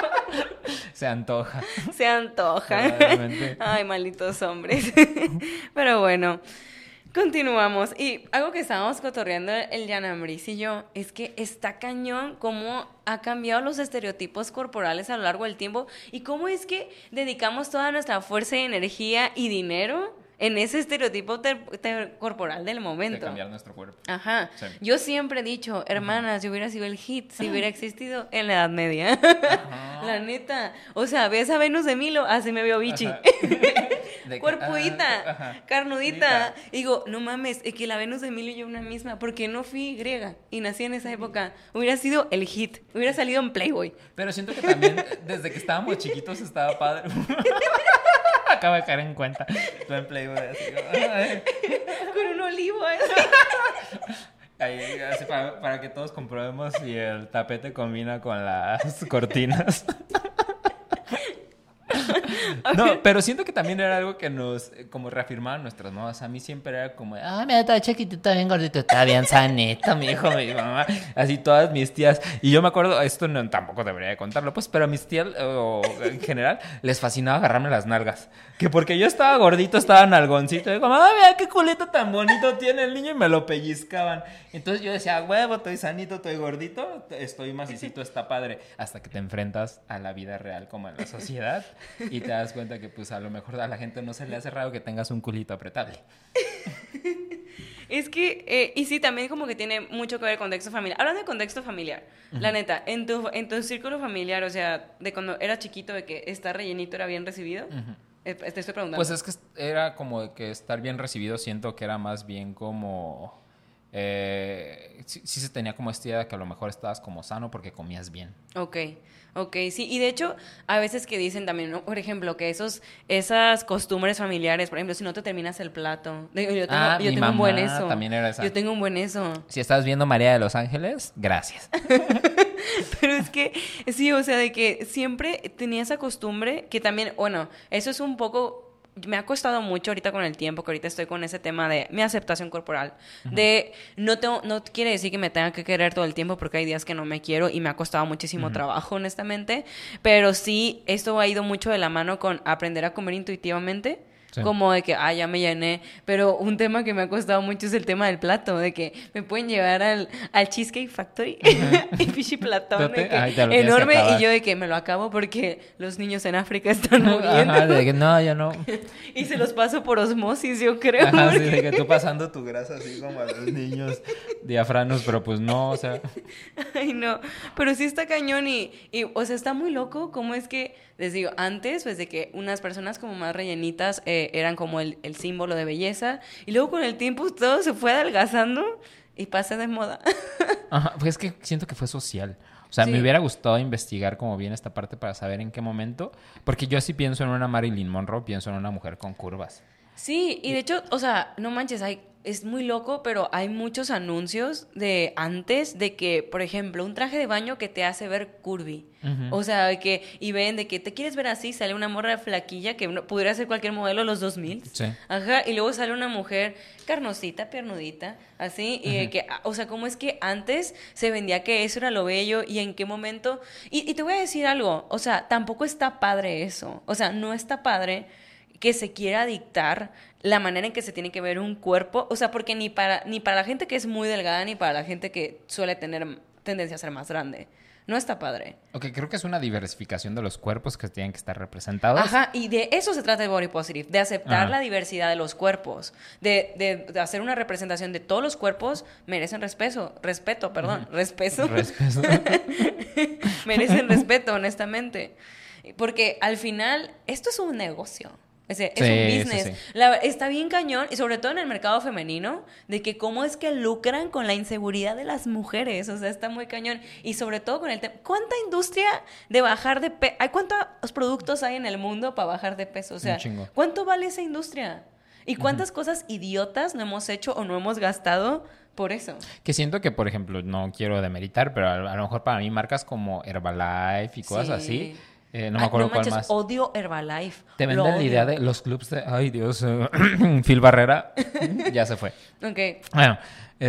A: Se antoja.
B: Se antoja. Ay, malditos hombres. Pero bueno, continuamos. Y algo que estábamos cotorreando el Yanambris y yo es que está cañón cómo ha cambiado los estereotipos corporales a lo largo del tiempo y cómo es que dedicamos toda nuestra fuerza y energía y dinero en ese estereotipo ter- ter- corporal del momento.
A: De cambiar nuestro cuerpo.
B: Ajá.
A: Sí.
B: Yo siempre he dicho, hermanas, yo hubiera sido el hit si hubiera existido en la Edad Media.
A: Ajá.
B: La neta. O sea, ves a Venus de Milo, así me veo bichi. Cuerpuita, ajá, carnudita. Y digo, no mames, es que la Venus de Milo y yo una misma, porque no fui griega y nací en esa época. Hubiera sido el hit, hubiera salido en Playboy.
A: Pero siento que también, desde que estábamos chiquitos, estaba padre. Acabo de caer en cuenta. Tú en Playboy así.
B: Con un olivo
A: así. Ahí, así para, para que todos comprobemos si el tapete combina con las cortinas. No, pero siento que también era algo que nos, como reafirmaban nuestras mamás. A mí siempre era como, ah, mira, está chiquito, está bien gordito, está bien sanito, mi hijo, mi mamá. Así todas mis tías. Y yo me acuerdo, esto no, tampoco debería de contarlo, pues, pero a mis tías, o en general, les fascinaba agarrarme las nalgas. Que porque yo estaba gordito, estaba nalgoncito. Y como, ah, mira qué culito tan bonito tiene el niño. Y me lo pellizcaban. Entonces yo decía, huevo, estoy sanito, estoy gordito, estoy macicito, está padre. Hasta que te enfrentas a la vida real, como en la sociedad. Y te das cuenta que pues a lo mejor a la gente no se le hace raro que tengas un culito apretable.
B: Es que, eh, y sí, también como que tiene mucho que ver con contexto familiar. Hablando de contexto familiar, uh-huh. La neta, en tu, en tu círculo familiar, o sea, de cuando era chiquito, de que estar rellenito era bien recibido, uh-huh. eh, te estoy preguntando.
A: Pues es que era como que estar bien recibido, siento que era más bien como... Eh, sí, sí se tenía como esta idea de que a lo mejor estabas como sano porque comías bien.
B: Ok, ok, sí, y de hecho a veces que dicen también, ¿no? Por ejemplo, que esos, esas costumbres familiares, por ejemplo, si no te terminas el plato, yo tengo,
A: ah,
B: yo
A: mi
B: tengo
A: mamá
B: un buen eso,
A: también era esa.
B: Yo tengo un buen eso.
A: Si estás viendo María de los Ángeles, gracias.
B: Pero es que, sí, o sea, de que siempre tenía esa costumbre que también, bueno, eso es un poco... Me ha costado mucho ahorita con el tiempo, que ahorita estoy con ese tema de mi aceptación corporal. Uh-huh. De, no tengo, no quiere decir que me tenga que querer todo el tiempo, porque hay días que no me quiero y me ha costado muchísimo uh-huh. trabajo, honestamente. Pero sí, esto ha ido mucho de la mano con aprender a comer intuitivamente. Sí. Como de que, ah, ya me llené. Pero un tema que me ha costado mucho es el tema del plato. De que me pueden llevar al, al Cheesecake Factory. Uh-huh. Y pichi platón. De que, ay, enorme. Y yo de que me lo acabo porque los niños en África están muriendo.
A: Ajá, de que no, yo no.
B: Y se los paso por osmosis, yo creo.
A: Ajá, porque... sí, de que tú pasando tu grasa así como a los niños diafranos. Pero pues no, o sea.
B: Ay, no. Pero sí está cañón y, y, o sea, está muy loco cómo es que, les digo, antes, pues de que unas personas como más rellenitas eh, eran como el, el símbolo de belleza. Y luego con el tiempo todo se fue adelgazando y pasa de moda.
A: Ajá, pues es que siento que fue social. O sea,
B: Sí.
A: me hubiera gustado investigar como bien esta parte para saber en qué momento. Porque yo sí pienso en una Marilyn Monroe, pienso en una mujer con curvas.
B: Sí, y de hecho, o sea, no manches, hay, es muy loco, pero hay muchos anuncios de antes de que, por ejemplo, un traje de baño que te hace ver curvy.
A: Ujú.
B: O sea, de que, y ven de que te quieres ver así, sale una morra flaquilla que no- pudiera ser cualquier modelo de los dos mil.
A: Sí.
B: Ajá, y luego sale una mujer carnosita, piernudita, así, y de que, ah, o sea, ¿cómo es que antes se vendía que eso era lo bello y en qué momento? Y, y te voy a decir algo, o sea, tampoco está padre eso, o sea, no está padre que se quiera dictar la manera en que se tiene que ver un cuerpo, o sea, porque ni para, ni para la gente que es muy delgada, ni para la gente que suele tener tendencia a ser más grande. No está padre.
A: Ok, creo que es una diversificación de los cuerpos que tienen que estar representados.
B: Ajá, y de eso se trata de Body Positive, de aceptar
A: Ajá.
B: la diversidad de los cuerpos, de, de, de hacer una representación de todos los cuerpos, merecen respeto, respeto, perdón, respeto,
A: Respeto.
B: merecen respeto, honestamente. Porque al final, esto es un negocio. Es, es
A: Sí,
B: un
A: sí,
B: business.
A: sí.
B: La- está bien cañón, y sobre todo en el mercado femenino, de que cómo es que lucran con la inseguridad de las mujeres. O sea, está muy cañón. Y sobre todo con el tema. ¿Cuánta industria de bajar de peso? ¿Cuántos productos hay en el mundo para bajar de peso? O sea,
A: Un chingo.
B: ¿cuánto vale esa industria? ¿Y cuántas cosas idiotas no hemos hecho o no hemos gastado por eso?
A: Que siento que, por ejemplo, no quiero demeritar, pero a, a lo mejor para mí marcas como Herbalife y cosas
B: Sí.
A: así, eh, no me
B: Ay,
A: acuerdo
B: no
A: cuál
B: manches,
A: más.
B: odio Herbalife.
A: Te
B: Lo
A: venden la idea
B: odio.
A: de los clubs de... Ay, Dios. eh, Phil Barrera ya se fue.
B: Ok.
A: Bueno,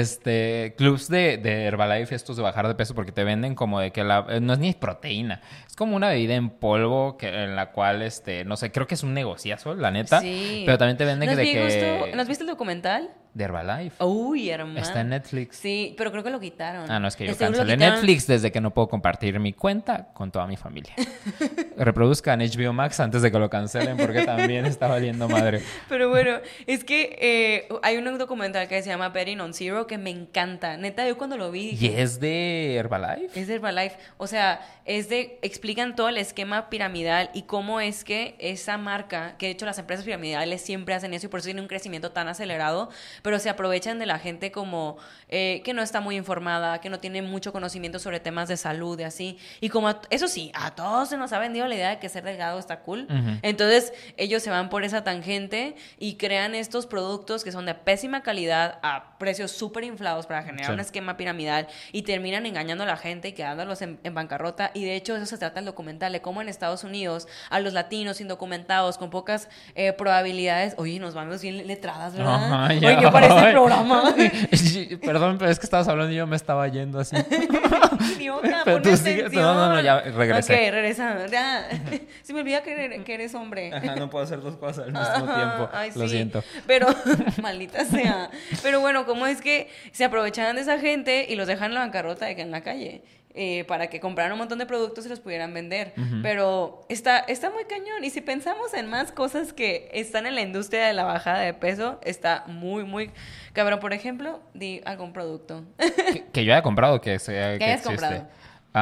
A: este, clubs de, de Herbalife, estos de bajar de peso, porque te venden como de que la, eh, no es ni proteína, es como una bebida en polvo que, en la cual, este, no sé, creo que es un negociazo, la neta.
B: Sí.
A: Pero también te venden
B: ¿No has,
A: de
B: vi-
A: que...
B: visto- ¿no has visto el documental?
A: De Herbalife.
B: Uy, hermano.
A: Está en Netflix.
B: Sí, pero creo que lo quitaron.
A: Ah, no, es que yo
B: De seguro lo
A: cancelé
B: quitaron.
A: Netflix desde que no puedo compartir mi cuenta con toda mi familia. Reproduzcan H B O Max antes de que lo cancelen porque también está valiendo madre.
B: Pero bueno, es que eh, hay un documental que se llama Betting on Zero que me encanta. Neta, yo cuando lo vi dije,
A: ¿Y es de Herbalife?
B: es de Herbalife. O sea, es de. Explican todo el esquema piramidal y cómo es que esa marca, que de hecho las empresas piramidales siempre hacen eso y por eso tienen un crecimiento tan acelerado, pero se aprovechan de la gente como eh, que no está muy informada, que no tiene mucho conocimiento sobre temas de salud y así. Y como, a- eso sí, a todos se nos ha vendido la idea de que ser delgado está cool.
A: Ujú.
B: Entonces, ellos se van por esa tangente y crean estos productos que son de pésima calidad a precios súper inflados para generar
A: Sí.
B: un esquema piramidal y terminan engañando a la gente y quedándolos en, en bancarrota. Y de hecho, eso se trata el documental, de cómo en Estados Unidos a los latinos indocumentados con pocas eh, probabilidades. Oye, nos vamos bien letradas, ¿verdad?
A: Ajá,
B: Oye,
A: ya.
B: ¿qué parece el programa?
A: Sí, perdón, pero es que estabas hablando y yo me estaba yendo así.
B: Idiota,
A: Pero
B: pon
A: tú sigue-
B: atención.
A: no, no, no, ya regresé.
B: Ok, regresamos. Ya. Se me olvida que eres, que eres hombre.
A: Ajá, no puedo hacer dos cosas al mismo
B: Ajá,
A: tiempo.
B: ay,
A: Lo
B: sí.
A: siento.
B: Pero, maldita sea. Pero bueno, ¿cómo es que se aprovechaban de esa gente y los dejan en la bancarrota de que en la calle? Eh, para que compraran un montón de productos y los pudieran vender.
A: Ujú.
B: Pero está, está muy cañón. Y si pensamos en más cosas que están en la industria de la bajada de peso, está muy, muy cabrón. Por ejemplo, di algún producto.
A: Que, que yo haya comprado, que sea.
B: Que hayas
A: existe.
B: comprado.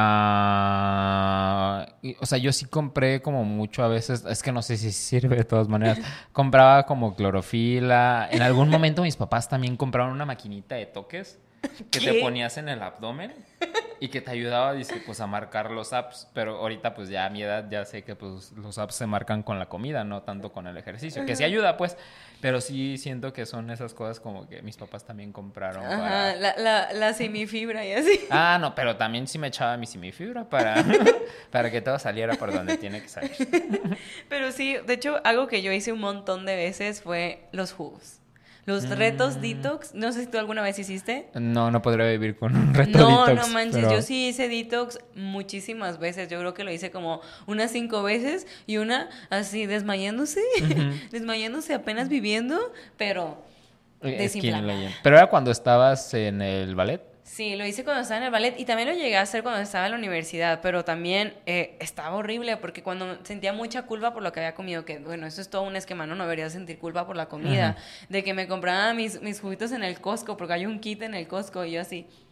A: Ah, y- o sea, yo sí compré como mucho a veces, es que no sé si sirve de todas maneras. Compraba como clorofila. En algún momento mis papás también compraron una maquinita de toques que te
B: ¿Qué?
A: ponías en el abdomen y que te ayudaba, dice, pues a marcar los apps. Pero ahorita, pues ya a mi edad ya sé que pues los apps se marcan con la comida, no tanto con el ejercicio. Que sí ayuda, pues. Pero sí siento que son esas cosas como que mis papás también compraron
B: Ajá,
A: para...
B: la, la, la semifibra y así.
A: Ah, no, pero también sí me echaba mi semifibra para, para que todo saliera por donde tiene que salir.
B: Pero sí, de hecho, algo que yo hice un montón de veces fue los jugos. Los
A: Mm.
B: retos detox. No sé si tú alguna vez hiciste.
A: No, no podría vivir con un reto
B: No,
A: detox.
B: no manches,
A: pero-
B: yo sí hice detox muchísimas veces. Yo creo que lo hice como unas cinco veces y una así desmayándose, desmayándose apenas viviendo, pero
A: Eh, Skinny
B: desinflamada.
A: Legend. Pero era cuando estabas en el ballet.
B: Sí, lo hice cuando estaba en el ballet y también lo llegué a hacer cuando estaba en la universidad, pero también eh, estaba horrible porque cuando sentía mucha culpa por lo que había comido, que bueno, eso es todo un esquema, no, no debería sentir culpa por la comida, de que me compraba mis, mis juguitos en el Costco, porque hay un kit en el Costco y yo así,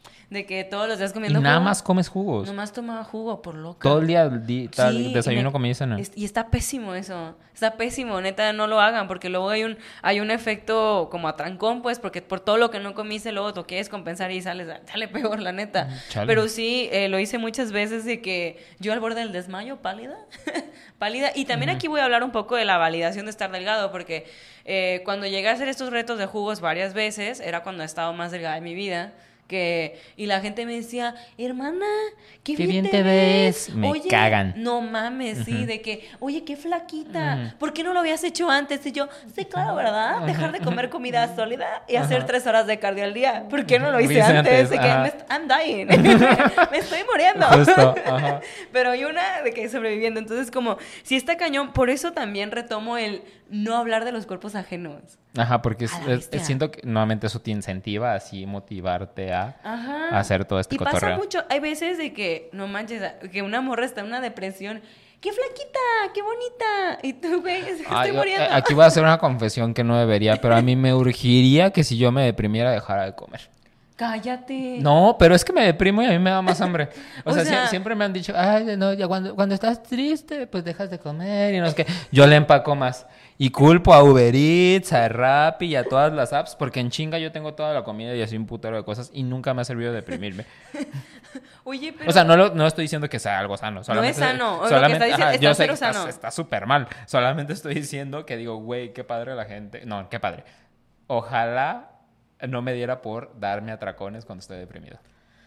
B: De que todos los días
A: Y
B: comiendo
A: nada
B: jugo.
A: más comes jugos.
B: Nomás tomaba jugo, por loca.
A: Todo el día, di- tal,
B: Sí,
A: desayuno,
B: y me-
A: comida y cena.
B: es- Y está pésimo eso. Está pésimo, neta, no lo hagan, porque luego hay un, hay un efecto como atrancón, pues, porque por todo lo que no comiste, luego lo quieres compensar y sales, sale peor, la neta.
A: Chale.
B: Pero sí, eh, lo hice muchas veces de que yo al borde del desmayo, pálida, pálida. Y también aquí voy a hablar un poco de la validación de estar delgado, porque eh, cuando llegué a hacer estos retos de jugos varias veces, era cuando he estado más delgada en mi vida. Que, y la gente me decía, hermana, qué,
A: Qué
B: bien,
A: bien
B: te
A: te
B: ves.
A: ves. Me
B: Oye,
A: cagan.
B: no mames, sí, de que, oye, qué flaquita, ¿por qué no lo habías hecho antes? Y yo, sí, claro, ¿verdad? Dejar de comer comida sólida y hacer
A: Ajá.
B: tres horas de cardio al día. ¿Por qué no lo
A: Lo
B: hice
A: hice
B: antes?
A: antes,
B: De que
A: ajá.
B: me est- I'm dying. Me estoy muriendo.
A: Justo, ajá.
B: Pero hay una de que sobreviviendo. Entonces, como, si está cañón, por eso también retomo el no hablar de los cuerpos ajenos.
A: Ajá, porque es-
B: A la
A: es-
B: bestia.
A: siento que nuevamente eso te incentiva así motivarte a,
B: Ajá.
A: a hacer todo este
B: y pasa
A: cotorreo.
B: mucho, hay veces de que, no manches, que una morra está en una depresión. ¡Qué flaquita! ¡Qué bonita! Y tú, güey, estoy
A: Ay,
B: muriendo.
A: eh, aquí voy a hacer una confesión que no debería, pero a mí me urgiría que si yo me deprimiera dejara de comer.
B: Cállate.
A: No, pero es que me deprimo y a mí me da más hambre. O,
B: O
A: sea,
B: sea-
A: sie- siempre me han dicho, ay, no, ya cuando, cuando estás triste, pues dejas de comer y no es que yo le empaco más. Y culpo a Uber Eats, a Rappi y a todas las apps, porque en chinga yo tengo toda la comida y así un putero de cosas y nunca me ha servido deprimirme.
B: Oye, pero...
A: O sea, no, lo, no estoy diciendo que sea algo sano. Solamente,
B: es sano, o lo que
A: solamente,
B: está diciendo- está
A: yo sé
B: cero
A: que está-
B: sano.
A: está súper mal. Solamente estoy diciendo que digo, güey, qué padre la gente. No, qué padre. Ojalá no me diera por darme atracones cuando estoy deprimido.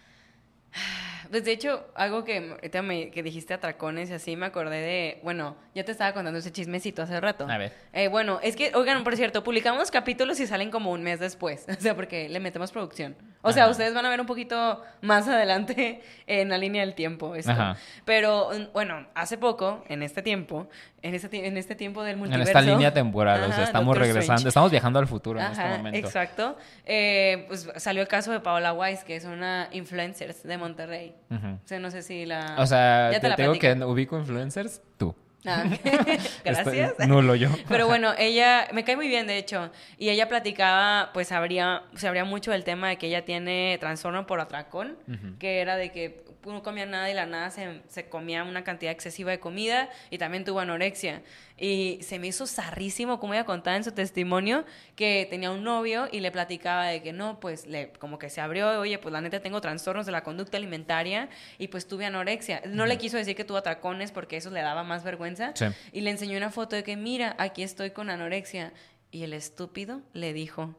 B: Pues de hecho, algo que ahorita me, que dijiste atracones y así, me acordé de... Bueno, ya te estaba contando ese chismecito hace rato.
A: A ver.
B: Eh, bueno, es que, oigan, por cierto, publicamos capítulos y salen como un mes después. O sea, porque le metemos producción. O sea,
A: Ajá.
B: ustedes van a ver un poquito más adelante en la línea del tiempo esto.
A: Ajá.
B: Pero, mm, bueno, hace poco, en este tiempo, en este, ti- en este tiempo del
A: En
B: multiverso...
A: esta línea temporal, o sea,
B: Ajá,
A: estamos
B: Doctor
A: regresando,
B: Strange.
A: estamos viajando al futuro en este
B: Ajá,
A: momento.
B: exacto. Eh, pues salió el caso de Paola Weiss, que es una influencer de Monterrey.
A: Ujú.
B: O sea, no sé si la...
A: O sea,
B: Ya
A: te,
B: la
A: te digo que
B: platico.
A: ubico influencers, tú.
B: Ah, gracias.
A: Estoy nulo yo.
B: Pero bueno, ella me cae muy bien, de hecho, y ella platicaba, pues habría, se habría mucho del tema de que ella tiene trastorno por atracón,
A: Ujú.
B: que era de que no comía nada y la nada se, se comía una cantidad excesiva de comida y también tuvo anorexia. Y se me hizo zarrísimo, como ella contaba en su testimonio, que tenía un novio y le platicaba de que no, pues le, como que se abrió, oye, pues la neta tengo trastornos de la conducta alimentaria y pues tuve anorexia. No le quiso decir que tuvo atracones porque eso le daba más vergüenza.
A: Sí.
B: Y le enseñó una foto de que, mira, aquí estoy con anorexia. Y el estúpido le dijo,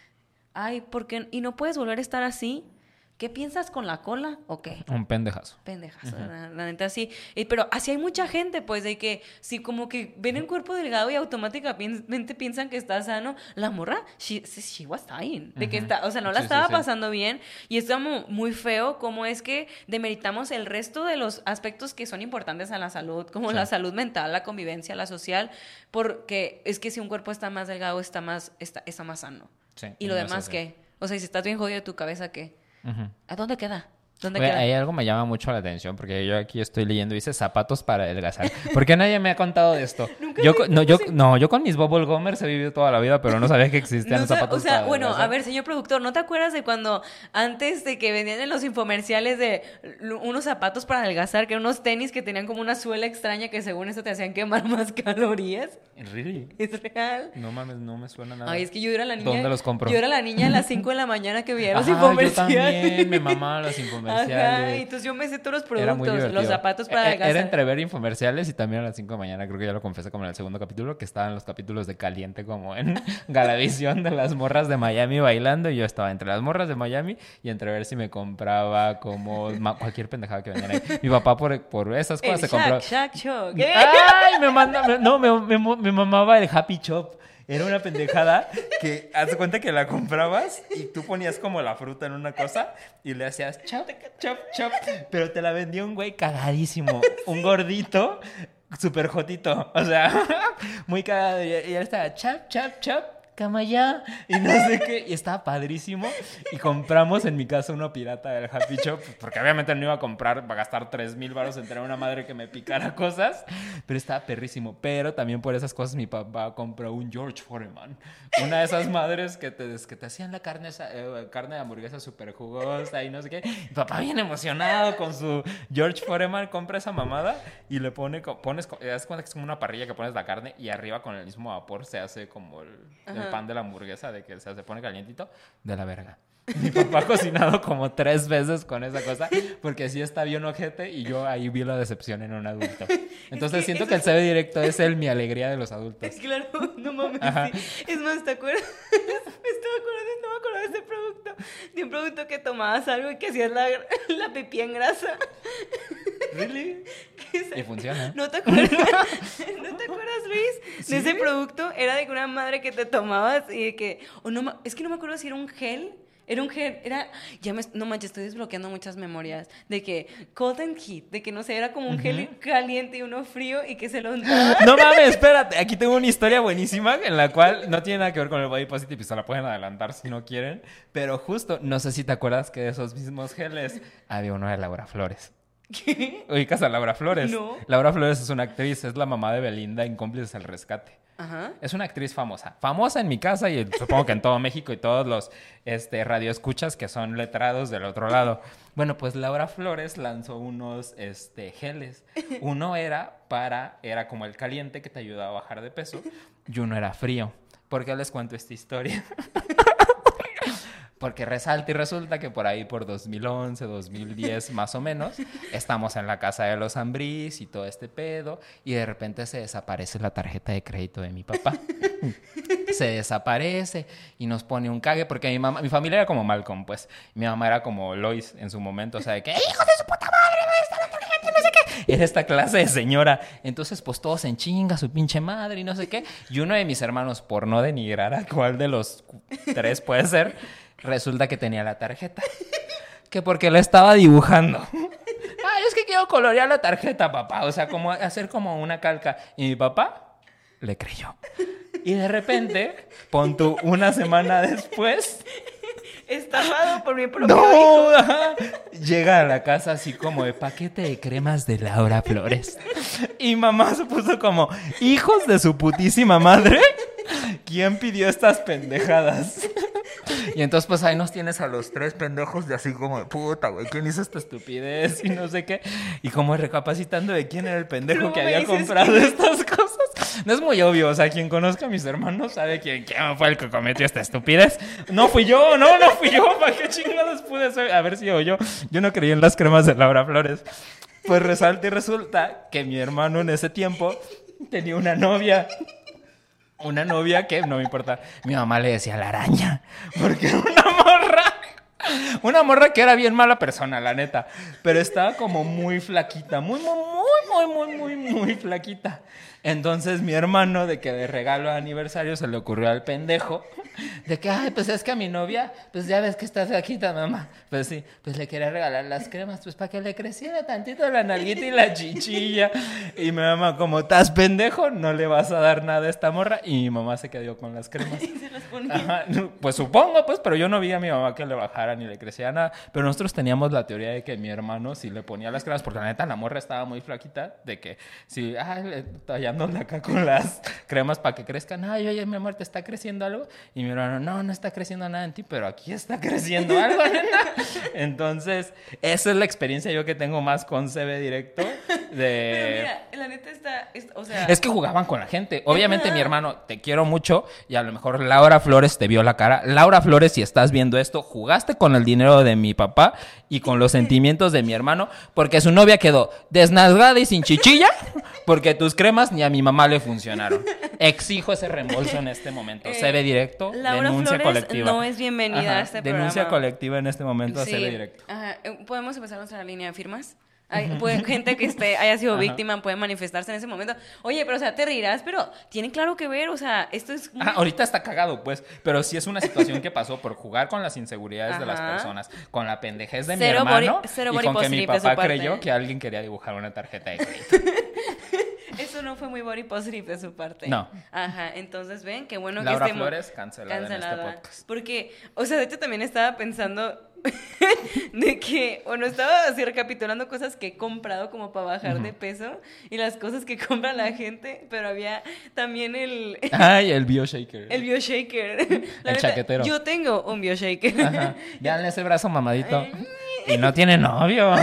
B: ay, ¿por qué? ¿Y no puedes volver a estar así? ¿Qué piensas con la cola o qué?
A: Un pendejazo.
B: Pendejazo, la, la neta sí. Y, pero así hay mucha gente, pues, de que si como que ven el cuerpo delgado y automáticamente piensan que está sano, la morra, she, she was dying. De que
A: Ujú.
B: está, o sea, no la
A: Sí, sí,
B: estaba
A: sí.
B: pasando bien. Y es como muy feo cómo es que demeritamos el resto de los aspectos que son importantes a la salud, como
A: Sí.
B: la salud mental, la convivencia, la social, porque es que si un cuerpo está más delgado, está más, está, está más sano.
A: Sí,
B: Y lo
A: no es
B: demás,
A: así.
B: ¿qué? O sea, si estás bien jodido de tu cabeza, ¿qué?
A: Ujú.
B: ¿A dónde queda? ¿Dónde
A: Oye,
B: queda?
A: hay algo que me llama mucho la atención porque yo aquí estoy leyendo, dice zapatos para adelgazar. ¿Por qué nadie me ha contado de esto?
B: Nunca
A: yo,
B: vi-
A: co- no,
B: nunca
A: yo,
B: sé.
A: no, yo con mis Bubble Gummers he vivido toda la vida, pero no sabía que existían
B: No, o sea,
A: zapatos
B: o sea,
A: para
B: bueno,
A: adelgazar.
B: a ver, señor productor, ¿no te acuerdas de cuando antes de que vendían en los infomerciales de l- unos zapatos para adelgazar, que eran unos tenis que tenían como una suela extraña que según eso te hacían quemar más calorías?
A: ¿Really?
B: ¿Es real?
A: No mames, no me suena nada.
B: Ay, es que yo era la niña.
A: ¿Dónde los compro?
B: Yo era la niña a las cinco de la mañana que veía los
A: Ajá, yo
B: infomerciales.
A: también, me mamaba los infomerciales.
B: Ajá, y entonces yo me sé todos los
A: Era muy
B: productos,
A: divertido.
B: los zapatos para
A: E-
B: adelgazar.
A: Era entre ver infomerciales y también a las cinco de la mañana, creo que ya lo confesé como en el segundo capítulo, que estaban los capítulos de Caliente como en Galavisión de las morras de Miami bailando y yo estaba entre las morras de Miami y entre ver si me compraba como ma- cualquier pendejada que vendían ahí. Mi papá por, por esas
B: El
A: cosas se
B: Shack,
A: compró...
B: Shack Show. ¿Qué?
A: ¡Ay! Me manda... me- no, me, me, me mamaba el Happy Chop. Era una pendejada que haz de cuenta que la comprabas y tú ponías como la fruta en una cosa y le hacías chop, chop, chop. Pero te la vendía un güey cagadísimo. Un gordito, súper jotito. O sea, muy cagado. Y y él estaba chop, chop, chop. cama ya, y no sé qué, y estaba padrísimo, y compramos en mi casa uno pirata del Happy Shop, porque obviamente no iba a comprar, va a gastar tres mil baros en tener una madre que me picara cosas, pero estaba perrísimo, pero también por esas cosas mi papá compró un George Foreman, una de esas madres que te, que te hacían la carne, eh, carne de hamburguesa súper jugosa y no sé qué, mi papá bien emocionado con su George Foreman, compra esa mamada y le pone, pones, te das cuenta que es como una parrilla que pones la carne y arriba con el mismo vapor se hace como el, el pan de la hamburguesa, de que se, se pone calientito, de la verga. Mi papá ha cocinado como tres veces con esa cosa porque sí está bien ojete y yo ahí vi la decepción en un adulto. Entonces es que siento que el C B directo es el mi alegría de los adultos.
B: Es claro, no mames. Sí. Es más, ¿te acuerdas? Me estaba acordando, no me acuerdo de ese producto. De un producto que tomabas algo y que hacías la, la pipí en grasa.
A: ¿Really?
B: Se...
A: Y funciona.
B: ¿No te acuerdas? ¿No te acuerdas, Luis? ¿Sí? De ese producto era de una madre que te tomabas y de que... O no, es que no me acuerdo si era un gel... Era un gel, era, ya me, no manches, estoy desbloqueando muchas memorias, de que cold and heat, de que no sé, era como un gel uh-huh. caliente y uno frío y que se lo untaba.
A: No mames, espérate, aquí tengo una historia buenísima en la cual no tiene nada que ver con el body positive y se la pueden adelantar si no quieren, pero justo, no sé si te acuerdas que de esos mismos geles había uno de Laura Flores.
B: ¿Qué?
A: ¿Ubicas a Laura Flores?
B: No.
A: Laura Flores es una actriz, es la mamá de Belinda en Cómplices al Rescate.
B: Ajá.
A: Es una actriz famosa. Famosa en mi casa y supongo que en todo México y todos los este, radioescuchas que son letrados del otro lado. Bueno, pues Laura Flores lanzó unos este, geles. Uno era para, era como el caliente que te ayudaba a bajar de peso y uno era frío. ¿Por qué les cuento esta historia? Porque resalta y resulta que por ahí por dos mil once, dos mil diez más o menos, estamos en la casa de los Ambrís y todo este pedo, y de repente se desaparece la tarjeta de crédito de mi papá. Se desaparece y nos pone un cague, porque mi mamá, mi familia era como Malcolm, pues. Mi mamá era como Lois en su momento, o sea, de que ¡hijos de su puta madre! ¿Dónde está la tarjeta? No sé qué. Era esta clase de señora. Entonces, pues todos en chinga, su pinche madre y no sé qué. Y uno de mis hermanos, por no denigrar a cuál de los tres puede ser, resulta que tenía la tarjeta. Que porque la estaba dibujando. Ah, es que quiero colorear la tarjeta, papá. O sea, como hacer como una calca. Y mi papá le creyó. Y de repente, pon tú una semana después...
B: Estafado por mi propio
A: no,
B: hijo.
A: Ajá. Llega a la casa así como de paquete de cremas de Laura Flores. Y mamá se puso como, hijos de su putísima madre, ¿quién pidió estas pendejadas? Y entonces pues ahí nos tienes a los tres pendejos de así como de puta, güey, ¿quién hizo esta estupidez? Y no sé qué. Y como recapacitando de quién era el pendejo no que había comprado que... estas cosas. No es muy obvio, o sea, quien conozca a mis hermanos sabe quién, quién fue el que cometió esta estupidez. No fui yo, no, no fui yo. ¿Para qué chingados pude ser? A ver si o yo. Yo no creí en las cremas de Laura Flores. Pues resalta y resulta que mi hermano en ese tiempo tenía una novia. Una novia que, no me importa, mi mamá le decía la araña. Porque era una morra. Una morra que era bien mala persona, la neta. Pero estaba como muy flaquita. Muy, muy, muy, muy, muy, muy, muy flaquita. Entonces mi hermano, de que de regalo de aniversario se le ocurrió al pendejo, de que, ay, pues es que a mi novia, pues ya ves que está flaquita, mamá. Pues sí, pues le quería regalar las cremas, pues para que le creciera tantito la nalguita y la chichilla. Y mi mamá, como estás pendejo, no le vas a dar nada a esta morra. Y mi mamá se quedó con las cremas.
B: Y se las ponía.
A: Ajá, pues supongo, pues, pero yo no vi a mi mamá que le bajara ni le creciera nada. Pero nosotros teníamos la teoría de que mi hermano sí le ponía las cremas, porque la neta la morra estaba muy flaquita, de que si, ay, le tallándola acá con las cremas para que crezcan. Ay, oye, mi amor, ¿te está creciendo algo? Y mi hermano, no, no está creciendo nada en ti, pero aquí está creciendo algo, nena. Entonces, esa es la experiencia yo que tengo más con C B directo. De...
B: Pero mira, la neta está, es, o sea...
A: Es que jugaban con la gente. Obviamente, mi hermano, te quiero mucho y a lo mejor Laura Flores te vio la cara. Laura Flores, si estás viendo esto, jugaste con el dinero de mi papá y con los sentimientos de mi hermano, porque su novia quedó desnalgada y sin chichilla, porque tus cremas ni a mi mamá le funcionaron. Exijo ese reembolso en este momento. Eh, C B directo,
B: Laura
A: denuncia
B: Flores
A: colectiva.
B: No es bienvenida Ajá, a este
A: denuncia
B: programa.
A: Denuncia colectiva en este momento a
B: sí.
A: C B directo.
B: Ajá. ¿Podemos empezar nuestra línea de firmas? Hay, puede, gente que esté, haya sido
A: Ajá.
B: víctima puede manifestarse en ese momento. Oye, pero o sea, te reirás, pero tiene claro que ver, o sea, esto es... Muy...
A: Ajá, ahorita está cagado, pues, pero sí es una situación que pasó por jugar con las inseguridades Ajá. de las personas, con la pendejez de
B: cero
A: mi hermano
B: body, cero
A: y con que mi papá
B: creyó
A: que alguien quería dibujar una tarjeta de crédito.
B: Eso no fue muy body positive de su parte.
A: No.
B: Ajá, entonces ven, qué bueno
A: Laura
B: que estemos...
A: Flores, cancelada,
B: cancelada.
A: en este podcast.
B: Porque, o sea, de hecho también estaba pensando de que, bueno, estaba así recapitulando cosas que he comprado como para bajar
A: Ujú.
B: de peso y las cosas que compra la gente, pero había también el...
A: Ay, el BioShaker.
B: El BioShaker. La
A: El
B: neta,
A: chaquetero.
B: Yo tengo un BioShaker.
A: Ajá. Vean ese brazo mamadito. Y no tiene novio.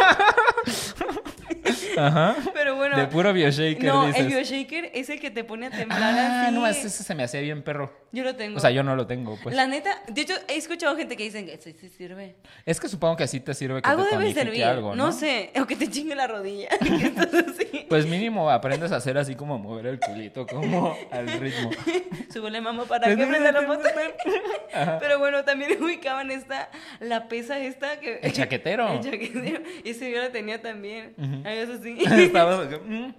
A: Ajá.
B: Pero bueno.
A: De puro BioShaker,
B: No,
A: dices.
B: el BioShaker es el que te pone a temblar
A: Ah,
B: así.
A: no, ese se me hacía bien perro.
B: Yo lo tengo.
A: O sea, yo no lo tengo, pues.
B: La neta, de hecho, he escuchado gente que dicen que sí, sí sirve.
A: Es que supongo que sí te sirve que
B: Algo
A: te
B: debe
A: tonifique
B: servir,
A: algo, ¿no?
B: no sé, o que te chingue la rodilla. Que estás así.
A: Pues mínimo aprendes a hacer así como mover el culito, como al ritmo.
B: Súbele, mamá, para que prenda la moto. Pero bueno, también ubicaban esta, la pesa esta que...
A: El chaquetero.
B: El chaquetero. Ese yo la tenía también.
A: Ujú.
B: Ay, eso sí.
A: Estaba- mm.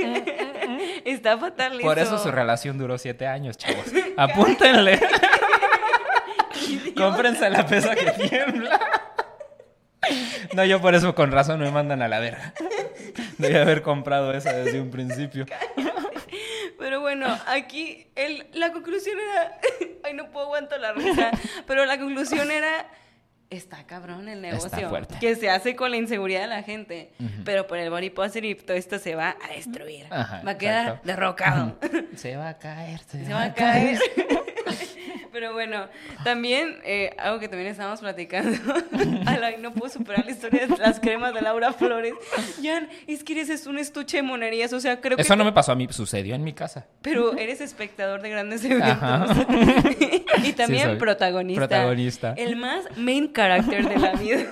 B: Está fatal
A: Por eso
B: eso.
A: su relación duró siete años, chavos. Apúntenle. Cómprense la pesa que tiembla. No, yo por eso con razón me mandan a la verga. Debí haber comprado esa desde un principio.
B: Pero bueno, aquí el, la conclusión era... Ay, no puedo aguantar la risa. Pero la conclusión era... Está cabrón el negocio.
A: Está fuerte.
B: Que se hace con la inseguridad de la gente.
A: Ujú.
B: Pero por el body positive todo esto se va a destruir.
A: Ajá,
B: va a quedar
A: exacto.
B: derrocado.
A: Se va a caer, se,
B: Se va a caer. Pero bueno, también, eh, algo que también estábamos platicando, Ay, no puedo superar la historia de las cremas de Laura Flores. Jan, es que eres un estuche de monerías, o sea, creo que...
A: Eso no me pasó a mí, sucedió en mi casa.
B: Pero eres espectador de grandes eventos.
A: Ajá.
B: Y también
A: Sí, soy.
B: protagonista.
A: Protagonista.
B: El más main character de la vida.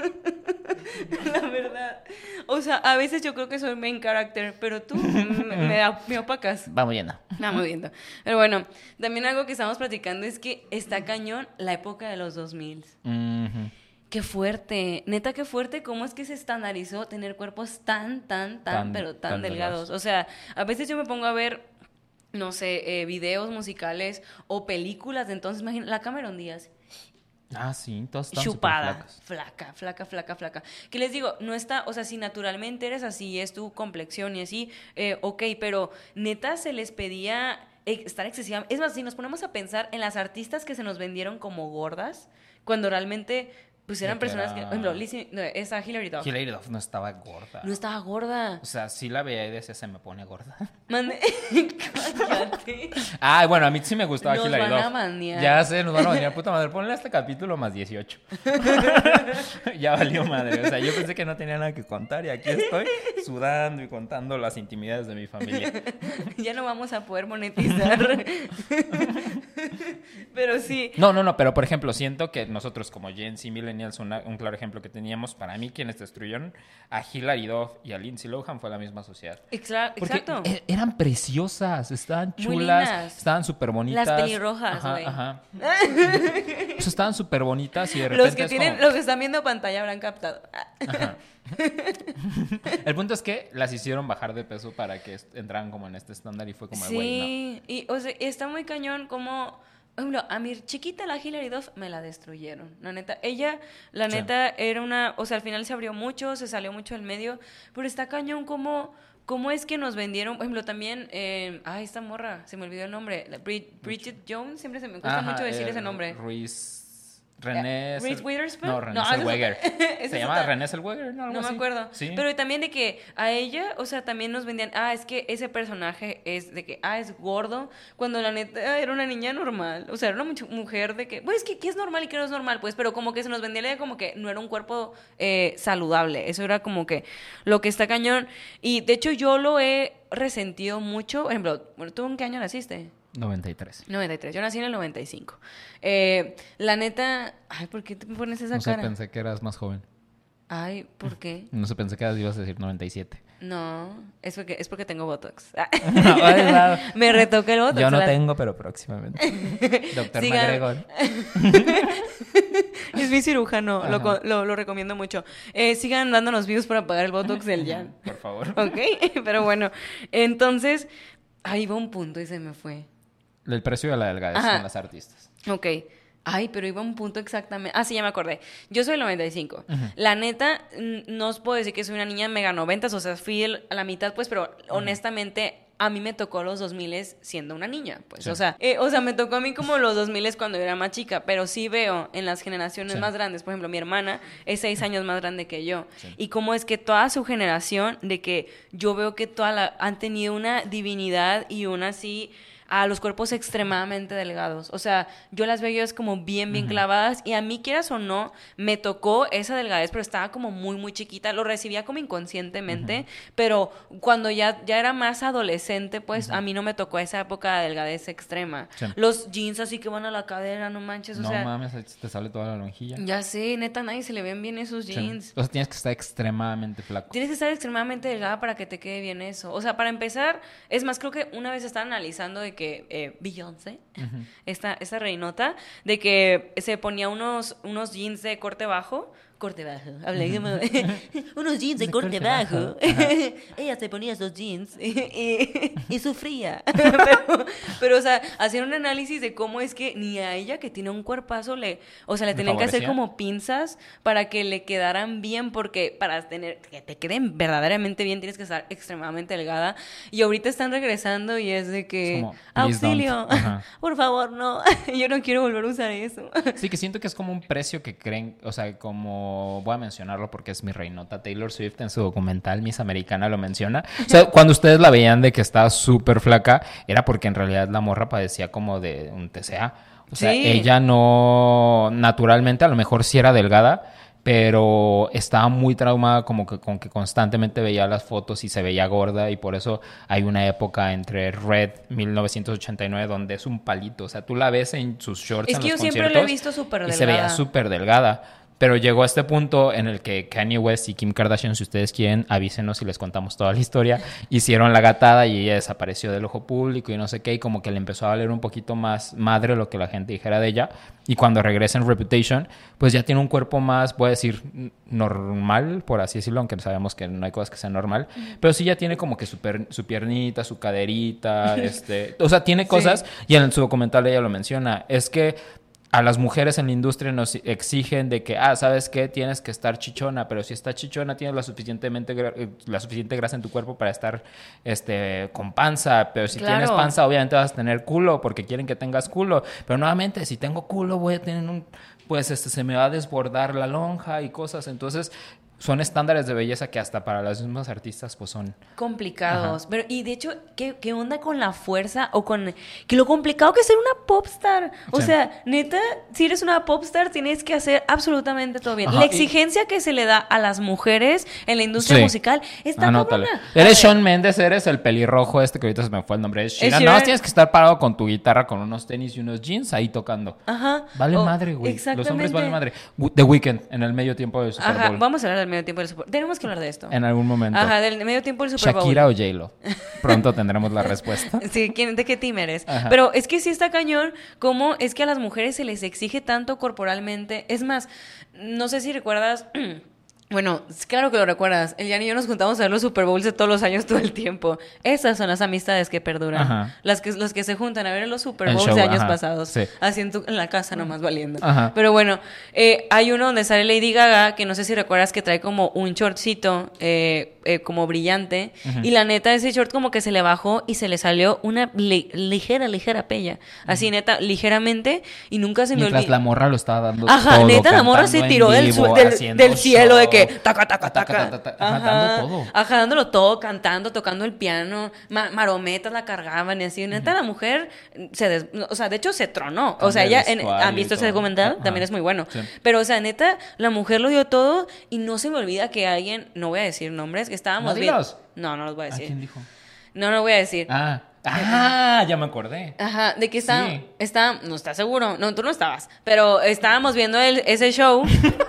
B: La verdad. O sea, a veces yo creo que soy main character, pero tú me, me, me opacas.
A: Vamos yendo.
B: Vamos viendo. Pero bueno, también algo que estamos platicando es que está cañón la época de los dos mil.
A: Ujú.
B: Qué fuerte. Neta, qué fuerte cómo es que se estandarizó tener cuerpos tan, tan, tan,
A: Tan-
B: pero tan,
A: tan
B: delgados.
A: delgados.
B: O sea, a veces yo me pongo a ver, no sé, eh, videos musicales o películas de entonces. Imagina, la Cameron Díaz.
A: Ah, sí, todos están
B: Chupada,
A: superflacos.
B: flaca, flaca, flaca, flaca. Que les digo, no está, o sea, si naturalmente eres así, es tu complexión y así, eh, ok, pero neta se les pedía eh, estar excesiva. Es más, si nos ponemos a pensar en las artistas que se nos vendieron como gordas, cuando realmente, pues eran
A: De que
B: personas que,
A: era-
B: por ejemplo, Lizzie, no, esa Hilary Duff,
A: Hilary Duff no estaba gorda.
B: no estaba gorda.
A: O sea, sí la veía y decía, se me pone gorda.
B: Mande, cállate.
A: Ah, bueno, a mí sí me gustaba
B: Nos
A: Hilary
B: van a
A: Duff.
B: banear.
A: Ya sé, nos van a banear. Puta madre, ponle a este capítulo más dieciocho. Ya valió madre. O sea, yo pensé que no tenía nada que contar y aquí estoy sudando y contando las intimidades de mi familia.
B: Ya no vamos a poder monetizar. Pero sí.
A: No, no, no, pero por ejemplo, siento que nosotros como Gen Z Millennials, una- un claro ejemplo que teníamos, para mí quienes destruyeron a Hilary Duff y a Lindsay Lohan fue la misma sociedad.
B: Exa-
A: Porque
B: Exacto.
A: e- eran preciosas, estaban
B: Muy
A: chulas,
B: lindas.
A: estaban súper bonitas.
B: Las pelirrojas,
A: Ajá,
B: güey.
A: ajá. O sea, estaban súper bonitas y de repente
B: Los que
A: es
B: tienen,
A: como-
B: los que están viendo pantalla habrán captado. Ah.
A: Ajá. El punto es que las hicieron bajar de peso para que est- entraran como en este estándar y fue como, de, güey,
B: Sí, y o sea, está muy cañón como, por ejemplo, a mi chiquita la Hilary Duff me la destruyeron, la neta. Ella, la
A: Sí.
B: neta, era una, o sea, al final se abrió mucho, se salió mucho del medio, pero está cañón como, cómo es que nos vendieron, por ejemplo, también, eh, ay, esta morra, se me olvidó el nombre, la Brid- Bridget Jones, siempre se me
A: no.
B: cuesta
A: Ajá,
B: mucho decir
A: eh,
B: ese nombre.
A: Ruiz... René...
B: Reese
A: Zell-
B: Witherspoon.
A: No, René
B: No, esa es
A: Zellweger.
B: otra- esa
A: ¿Se
B: es
A: llama
B: otra.
A: René Zellweger? No, algo
B: No me
A: así.
B: acuerdo.
A: Sí.
B: Pero también de que a ella, o sea, también nos vendían, ah, es que ese personaje es de que, ah, es gordo, cuando la neta era una niña normal. O sea, era una much- mujer de que, pues, que ¿qué es normal y qué no es normal? Pues, pero como que se nos vendía la idea como que no era un cuerpo eh, saludable. Eso era como que lo que está cañón. Y de hecho, yo lo he resentido mucho. Por ejemplo, bueno, ¿tú en qué año naciste?
A: noventa y tres.
B: noventa y tres, yo nací en el noventa y cinco. Eh, la neta, ay, ¿por qué te pones esa
A: No sé,
B: cara?
A: pensé que eras más joven.
B: Ay, ¿por qué?
A: No sé, pensé que ibas a decir noventa y siete.
B: No, es porque, es porque tengo Botox.
A: Ay, wow.
B: Me retoca el Botox.
A: Yo no
B: la-
A: tengo, pero próximamente. Doctor
B: Sigan-
A: McGregor.
B: Es mi cirujano, lo,
A: Ajá.
B: co- lo, lo recomiendo mucho. Eh, sigan dándonos views para pagar el Botox del Jan.
A: Por favor.
B: Ok, pero bueno, entonces, ahí va un punto y se me fue.
A: El precio de la delgadez
B: Ajá.
A: son las artistas.
B: Ok, Ay, pero iba a un punto exactamente. Ah, sí, ya me acordé. Yo soy el noventa y cinco.
A: Ujú.
B: La neta, n- no os puedo decir que soy una niña mega noventas, o sea, fui el- a la mitad, pues, pero honestamente a mí me tocó los dos mil siendo una niña, pues.
A: Sí.
B: O sea, eh, o sea, me tocó a mí como los dos mil cuando yo era más chica, pero sí veo en las generaciones
A: Sí.
B: más grandes, por ejemplo, mi hermana es seis años más grande que yo.
A: Sí.
B: Y cómo es que toda su generación, de que yo veo que toda la, han tenido una divinidad y una así a los cuerpos extremadamente delgados. O sea, yo las veo ellas como bien, bien
A: Ujú.
B: clavadas y a mí, quieras o no, me tocó esa delgadez, pero estaba como muy, muy chiquita. Lo recibía como inconscientemente, pero cuando ya, ya era más adolescente, pues a mí no me tocó esa época de delgadez extrema.
A: Sí.
B: Los jeans así que van a la cadera, no manches, o
A: No
B: sea...
A: mames, ahí te sale toda la lonjilla.
B: Ya sé, neta, nadie se le ven bien esos
A: Sí.
B: jeans.
A: O sea, tienes que estar extremadamente flaco.
B: Tienes que estar extremadamente delgada para que te quede bien eso. O sea, para empezar, es más, creo que una vez estaban analizando de que eh, Beyoncé,
A: Ujú.
B: esta, esta reinota, de que se ponía unos, unos jeans de corte bajo. Corte bajo, hablé como- unos jeans de,
A: De
B: corte,
A: corte
B: bajo.
A: bajo, ajá.
B: Ella se ponía esos jeans y, y- y sufría. pero, pero, o sea, hacían un análisis de cómo es que ni a ella, que tiene un cuerpazo, le, o sea, le
A: ¿Le
B: tenían que hacer
A: favorecía?
B: como pinzas para que le quedaran bien, porque para tener que te queden verdaderamente bien tienes que estar extremadamente delgada. Y ahorita están regresando y es de que
A: Es como, please
B: auxilio,
A: don't. Ajá.
B: por favor, no, yo no quiero volver a usar eso.
A: Sí, que siento que es como un precio que creen, o sea, como voy a mencionarlo porque es mi reinota, Taylor Swift en su documental Miss Americana lo menciona. O sea, cuando ustedes la veían de que estaba súper flaca, era porque en realidad la morra padecía como de un T C A. O sea,
B: Sí.
A: ella no, naturalmente, a lo mejor sí era delgada, pero estaba muy traumada como que con que constantemente veía las fotos y se veía gorda, y por eso hay una época entre Red mil novecientos ochenta y nueve donde es un palito. O sea, tú la ves en sus shorts
B: Es
A: en
B: que yo
A: los
B: siempre la he
A: conciertos
B: visto súper
A: y se veía
B: delgada.
A: súper delgada. Pero llegó a este punto en el que Kanye West y Kim Kardashian, si ustedes quieren, avísenos y les contamos toda la historia, hicieron la gatada y ella desapareció del ojo público y no sé qué, y como que le empezó a valer un poquito más madre lo que la gente dijera de ella. Y cuando regresa en Reputation, pues ya tiene un cuerpo más, voy a decir, n- normal, por así decirlo, aunque sabemos que no hay cosas que sean normal, pero sí ya tiene como que su, per- su piernita, su caderita, este, o sea, tiene cosas, y en su documental ella lo menciona, es que a las mujeres en la industria nos exigen de que, ah, ¿sabes qué? Tienes que estar chichona, pero si estás chichona tienes la suficientemente gra- eh, la suficiente grasa en tu cuerpo para estar este con panza, pero si
B: Claro.
A: tienes panza obviamente vas a tener culo porque quieren que tengas culo, pero nuevamente si tengo culo voy a tener un pues este se me va a desbordar la lonja y cosas, entonces son estándares de belleza que hasta para las mismas artistas pues son
B: Complicados.
A: Ajá.
B: Pero, y de hecho, ¿qué, ¿qué onda con la fuerza? O con que lo complicado que es ser una popstar. O
A: Sí.
B: sea, neta, si eres una popstar, tienes que hacer absolutamente todo bien.
A: Ajá,
B: La
A: y-
B: exigencia que se le da a las mujeres en la industria
A: Sí.
B: musical está
A: Anótale.
B: cabrona. A
A: Eres
B: ver,
A: Shawn Mendes, eres el pelirrojo este que ahorita se me fue el nombre. Es Sheeran.
B: Sheeran.
A: Nada más tienes que estar parado con tu guitarra, con unos tenis y unos jeans ahí tocando.
B: Ajá.
A: Vale
B: O-
A: madre, güey. Los hombres
B: exactamente.
A: valen madre. Gu- The Weeknd en el medio tiempo del Super
B: Ajá,
A: Bowl.
B: vamos a hablar del medio tiempo del Super Bowl. Tenemos que hablar de esto.
A: En algún momento.
B: Ajá, del medio tiempo del Super Bowl.
A: Shakira o J-Lo. Pronto tendremos la respuesta.
B: Sí, ¿quién- ¿de qué team eres?
A: Ajá.
B: Pero es que sí está cañón cómo es que a las mujeres se les exige tanto corporalmente. Es más, no sé si recuerdas... Bueno, claro que lo recuerdas. El Jan y yo nos juntamos a ver los Super Bowls de todos los años todo el tiempo. Esas son las amistades que perduran.
A: Ajá.
B: Las que, los que se juntan a ver los Super
A: El
B: Bowls
A: show,
B: de años
A: ajá,
B: pasados.
A: sí.
B: Así en, tu- en la casa nomás valiendo.
A: Ajá.
B: Pero bueno, eh, hay uno donde sale Lady Gaga, que no sé si recuerdas que trae como un shortcito eh, eh, como brillante.
A: Ujú.
B: Y la neta, ese short como que se le bajó y se le salió una li- ligera, ligera pella. Así neta, ligeramente. Y nunca se me
A: Mientras
B: olvidó.
A: la morra lo estaba dando
B: Ajá,
A: todo,
B: neta, la morra se
A: cantando en
B: tiró del,
A: vivo,
B: su- del,
A: haciendo
B: del cielo de
A: show.
B: que taca, taca, taca.
A: Taca, taca, taca, ajá,
B: Ajá,
A: dando todo.
B: Ajá, dándolo todo, cantando, tocando el piano, ma- marometas la cargaban y así. Neta, la mujer se des- o sea, de hecho se tronó. O
A: Cambia
B: sea,
A: de
B: ella, en-
A: vestuario
B: ¿han visto
A: y
B: ese
A: todo.
B: documental?
A: Ajá.
B: También es muy bueno.
A: Sí.
B: Pero, o sea, neta, la mujer lo dio todo y no se me olvida que alguien, no voy a decir nombres, que estábamos
A: No,
B: bien.
A: dilos.
B: No, no los voy a
A: ¿A
B: decir.
A: quién dijo?
B: No, no voy a decir.
A: Ah, ah, ya me acordé.
B: Ajá, de que está,
A: Sí.
B: está, no estás seguro, no, tú no estabas, pero estábamos viendo el, ese show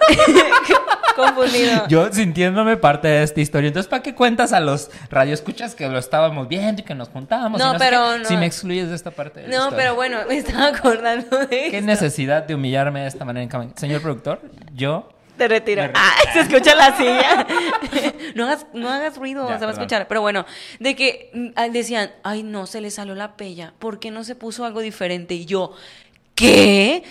B: confundido.
A: Yo sintiéndome parte de esta historia. Entonces, ¿para qué cuentas a los radioescuchas que lo estábamos viendo y que nos juntábamos?
B: No,
A: y sé
B: pero
A: qué?
B: no.
A: Si me excluyes de esta parte de la
B: No,
A: historia.
B: pero bueno, me estaba acordando de
A: ¿Qué
B: esto.
A: necesidad de humillarme de esta manera en cámara? Señor productor, yo...
B: Te retiro.
A: Me retiro.
B: Ah, se escucha la silla. no, hagas, no hagas ruido,
A: Ya,
B: se va a
A: perdón.
B: escuchar. Pero bueno, de que mm, ah, decían, ay, no, se le salió la pella. ¿Por qué no se puso algo diferente? Y yo, ¿qué?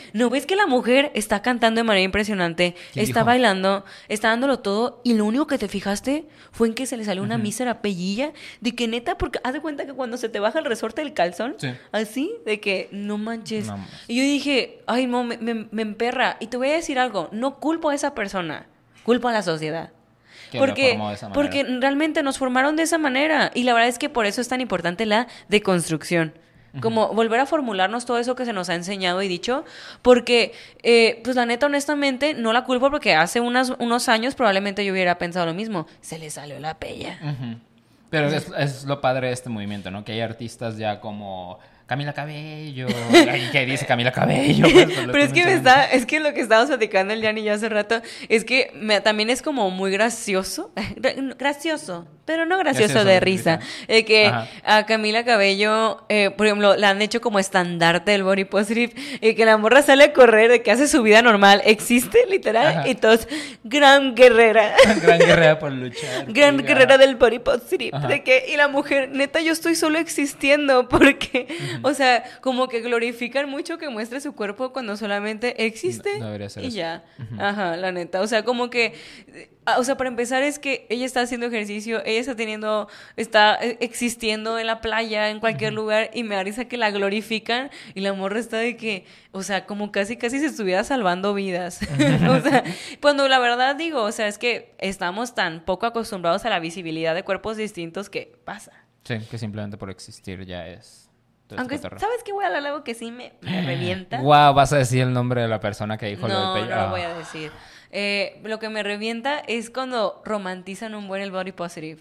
B: ¿no ves que la mujer está cantando de manera impresionante?
A: ¿Quién
B: Está
A: dijo?
B: bailando, está dándolo todo y lo único que te fijaste fue en que se le salió una
A: Ujú.
B: mísera pellilla de que neta, porque haz de cuenta que cuando se te baja el resorte del calzón,
A: Sí.
B: así, de que no manches.
A: No.
B: Y yo dije, ay, no, me, me, me emperra. Y te voy a decir algo, no culpo a esa persona, culpo a la sociedad.
A: Que lo
B: Porque,
A: formó de esa manera.
B: porque realmente nos formaron de esa manera. Y la verdad es que por eso es tan importante la deconstrucción. Como volver a formularnos todo eso que se nos ha enseñado y dicho. Porque, eh, pues la neta, honestamente, no la culpo porque hace unas, unos años probablemente yo hubiera pensado lo mismo. Se le salió la pella.
A: Ujú. Pero es, es lo padre de este movimiento, ¿no? Que hay artistas ya como Camila Cabello. Ay, ¿qué dice Camila Cabello? Pues, pues, lo
B: Pero es
A: estoy
B: que me
A: mencionando.
B: está, es que lo que estábamos platicando el Yanni ya hace rato, es que me- también es como muy gracioso, gracioso, pero no gracioso,
A: Gracioso
B: de
A: de
B: risa,
A: risa.
B: eh, que
A: Ajá.
B: a Camila Cabello, eh, por ejemplo, la han hecho como estandarte del body positive, y que la morra sale a correr, de que hace su vida normal, existe literal,
A: Ajá.
B: y todos, gran guerrera.
A: Gran guerrera por luchar.
B: Gran
A: Sí,
B: guerrera
A: ajá.
B: del body positive.
A: Ajá.
B: De que, y la mujer, neta, yo estoy solo existiendo. Porque, o sea, como que glorifican mucho que muestre su cuerpo cuando solamente existe.
A: No- no debería ser
B: y
A: eso.
B: ya. Ajá, la neta. O sea, como que. ah, O sea, para empezar, es que ella está haciendo ejercicio, ella está teniendo. Está eh, existiendo en la playa, en cualquier lugar. Y me da risa que la glorifican. Y la morra está de que. O sea, como casi, casi se estuviera salvando vidas. O sea, cuando la verdad digo, o sea, es que estamos tan poco acostumbrados a la visibilidad de cuerpos distintos que pasa.
A: Sí, que simplemente por existir ya es. todo
B: Aunque,
A: este cotorreo.
B: ¿sabes qué? Voy a hablar algo que sí me, me revienta.
A: Guau, vas a decir el nombre de la persona que dijo lo
B: No,
A: del
B: no
A: pello.
B: lo voy a decir. Eh, lo que me revienta es cuando romantizan un buen el body positive.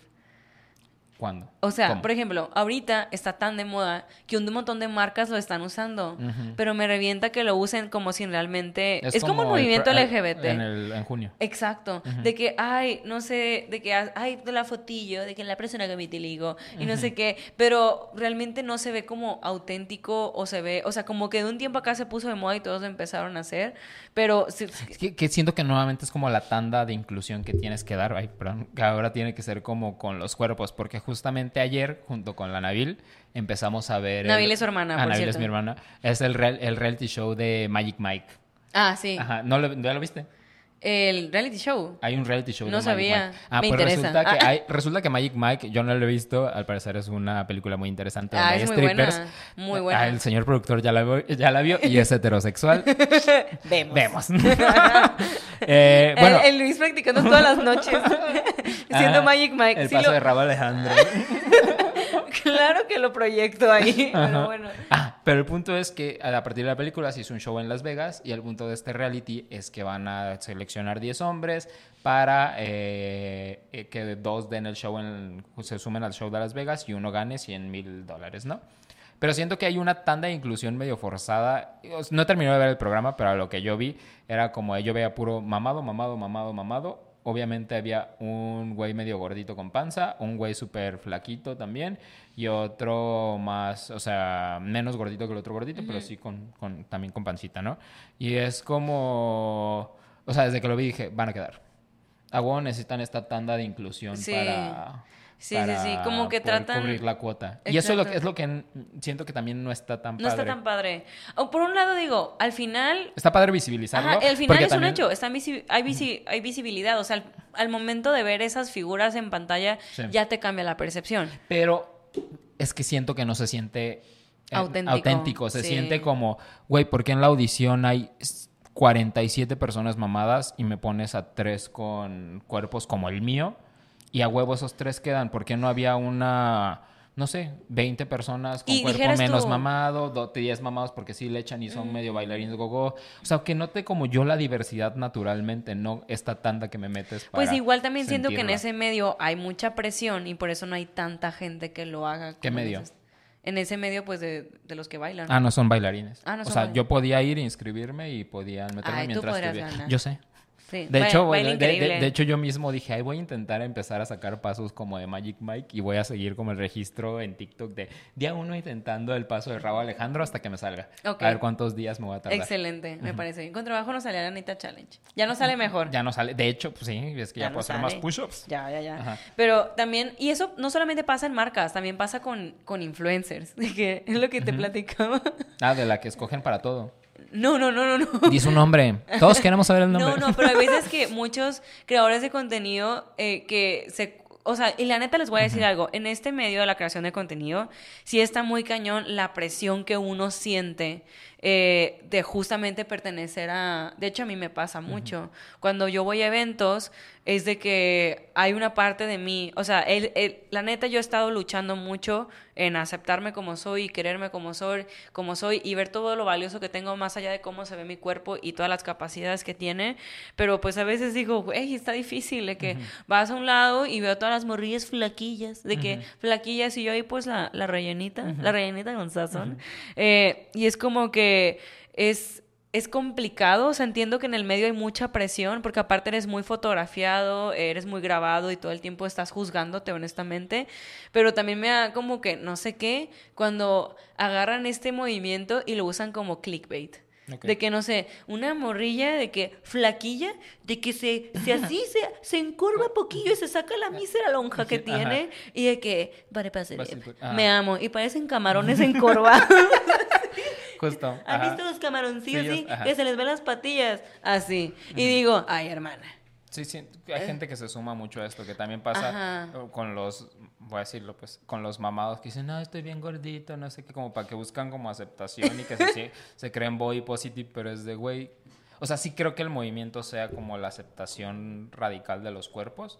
A: ¿Cuándo?
B: O sea,
A: ¿Cómo?
B: por ejemplo, ahorita está tan de moda que un montón de marcas lo están usando,
A: Ujú.
B: pero me revienta que lo usen como si realmente... Es, como, el
A: el
B: movimiento
A: pro-
B: L G B T.
A: En, el, en junio.
B: Exacto, de que, ay, no sé, de que, ay, de la fotillo, de que la persona con vitiligo y no sé qué, pero realmente no se ve como auténtico o se ve, o sea, como que de un tiempo acá se puso de moda y todos lo empezaron a hacer, pero sí,
A: Es que, que siento que nuevamente es como la tanda de inclusión que tienes que dar. Ay, perdón, que ahora tiene que ser como con los cuerpos, porque justamente ayer, junto con la Nabil, empezamos a ver...
B: Nabil
A: el-
B: es su hermana,
A: Ah,
B: por
A: Nabil
B: cierto.
A: es mi hermana. Es el, real- el reality show de Magic Mike.
B: ah, sí,
A: Ajá, ¿no lo, ¿ya lo viste?
B: el reality show.
A: Hay un reality show
B: No
A: de
B: sabía.
A: Magic Mike. Ah,
B: Me
A: pues
B: interesa.
A: resulta que,
B: Ah.
A: hay, resulta que Magic Mike, yo no lo he visto, al parecer es una película muy interesante.
B: Ah,
A: donde
B: es
A: hay
B: muy
A: strippers.
B: buena, muy buena.
A: Ah, el señor productor ya la, vio- ya la vio y es heterosexual.
B: Vemos.
A: Vemos. Eh, bueno,
B: el, el Luis practicando todas las noches, siendo
A: ajá,
B: Magic Mike.
A: El
B: Sí
A: paso
B: lo-
A: de Rabo Alejandro.
B: Claro que lo proyecto ahí,
A: Ajá.
B: pero bueno.
A: Ah, pero el punto es que a partir de la película se hizo un show en Las Vegas y el punto de este reality es que van a seleccionar diez hombres para eh, eh, que dos den el show, en, se sumen al show de Las Vegas y uno gane cien mil dólares, ¿no? Pero siento que hay una tanda de inclusión medio forzada. No terminé de ver el programa, pero a lo que yo vi era como yo veía puro mamado, mamado, mamado, mamado. Obviamente había un güey medio gordito con panza, un güey súper flaquito también y otro más, o sea, menos gordito que el otro gordito, pero sí con, con, también con pancita, ¿no? Y es como, o sea, desde que lo vi dije, van a quedar. A huevo necesitan esta tanda de inclusión
B: Sí.
A: para...
B: Sí,
A: para
B: sí, sí, como que
A: poder
B: tratan-
A: cubrir la cuota. Y eso es lo que,
B: Exacto.
A: es lo que n- siento que también no está tan
B: No
A: padre.
B: está tan padre. O por un lado digo, al final
A: Está padre visibilizarlo.
B: Ajá, el final
A: porque
B: es
A: también-
B: un hecho, está visi- hay, visi- hay visibilidad, o sea, al, al momento de ver esas figuras en pantalla
A: Sí.
B: ya te cambia la percepción.
A: Pero es que siento que no se siente eh,
B: Auténtico,
A: auténtico. Se
B: sí.
A: siente como, güey, ¿por qué en la audición hay s- cuarenta y siete personas mamadas y me pones a tres con cuerpos como el mío? Y a huevo esos tres quedan. ¿Por qué no había una, no sé, veinte personas con
B: Y
A: cuerpo
B: dijeras
A: menos
B: tú-
A: mamado, do- diez mamados porque sí le echan y son medio bailarines gogo? O sea, que note como yo la diversidad naturalmente, no esta tanda que me metes para
B: Pues igual también siento que en
A: sentirla.
B: ese medio hay mucha presión y por eso no hay tanta gente que lo haga.
A: ¿Qué
B: como en
A: medio?
B: esos- En ese medio, pues, de, de los que bailan.
A: Ah, no son bailarines.
B: Ah, no
A: o
B: son
A: sea,
B: bailarines.
A: yo podía ir, inscribirme y podían meterme
B: Ay, tú
A: mientras
B: podrás
A: estuviera.
B: ganar.
A: Yo sé.
B: Sí,
A: De
B: baila-
A: hecho,
B: baila
A: de, de-
B: increíble.
A: de hecho, yo mismo dije, ay, voy a intentar empezar a sacar pasos como de Magic Mike y voy a seguir como el registro en TikTok de día uno intentando el paso de Rabo Alejandro hasta que me salga.
B: Ok.
A: A ver cuántos días me voy a tardar.
B: Excelente, me parece bien. Con trabajo nos sale la Anita Challenge. Ya no sale mejor.
A: Ya no sale. De hecho, pues sí, es que ya,
B: no
A: puedo hacer
B: sale.
A: más push-ups.
B: Ya, ya, ya.
A: Ajá.
B: Pero también, y eso no solamente pasa en marcas, también pasa con, con influencers, de que es lo que te platicaba.
A: Ah, de la que escogen para todo.
B: No, no, no, no, no.
A: Di su nombre. Todos queremos saber el nombre.
B: No, no, pero hay veces que muchos creadores de contenido eh, que se... O sea, y la neta les voy a decir uh-huh. algo. En este medio de la creación de contenido, sí está muy cañón la presión que uno siente eh, de justamente pertenecer a... De hecho, a mí me pasa mucho. Uh-huh. Cuando yo voy a eventos, es de que hay una parte de mí... O sea, el, el, la neta, yo he estado luchando mucho en aceptarme como soy y quererme como soy, como soy y ver todo lo valioso que tengo más allá de cómo se ve mi cuerpo y todas las capacidades que tiene. Pero pues a veces digo, güey, está difícil de que uh-huh. vas a un lado y veo todas las morrillas flaquillas, de que uh-huh. flaquillas y yo ahí pues la, la rellenita, uh-huh. la rellenita con sazón. Uh-huh. Eh, y es como que es... Es complicado, o sea, entiendo que en el medio hay mucha presión, porque aparte eres muy fotografiado, eres muy grabado y todo el tiempo estás juzgándote, honestamente, pero también me da como que, no sé qué, cuando agarran este movimiento y lo usan como clickbait. Okay. De que, no sé, una morrilla de que flaquilla, de que se, se así, se, se encorva poquillo y se saca la mísera lonja que tiene, ajá. y de que, vale, pase, me amo, y parecen camarones encorvados.
A: Justo.
B: ¿Han visto los camaroncillos sí, así? Que se les ven las patillas. Así. Y uh-huh. digo, ay, hermana.
A: Sí, sí. Hay gente que se suma mucho a esto, que también pasa ajá. con los, voy a decirlo, pues, con los mamados que dicen, no, estoy bien gordito, no sé qué, como para que buscan como aceptación y que se, se creen body positive, pero es de, güey. O sea, sí creo que el movimiento sea como la aceptación radical de los cuerpos,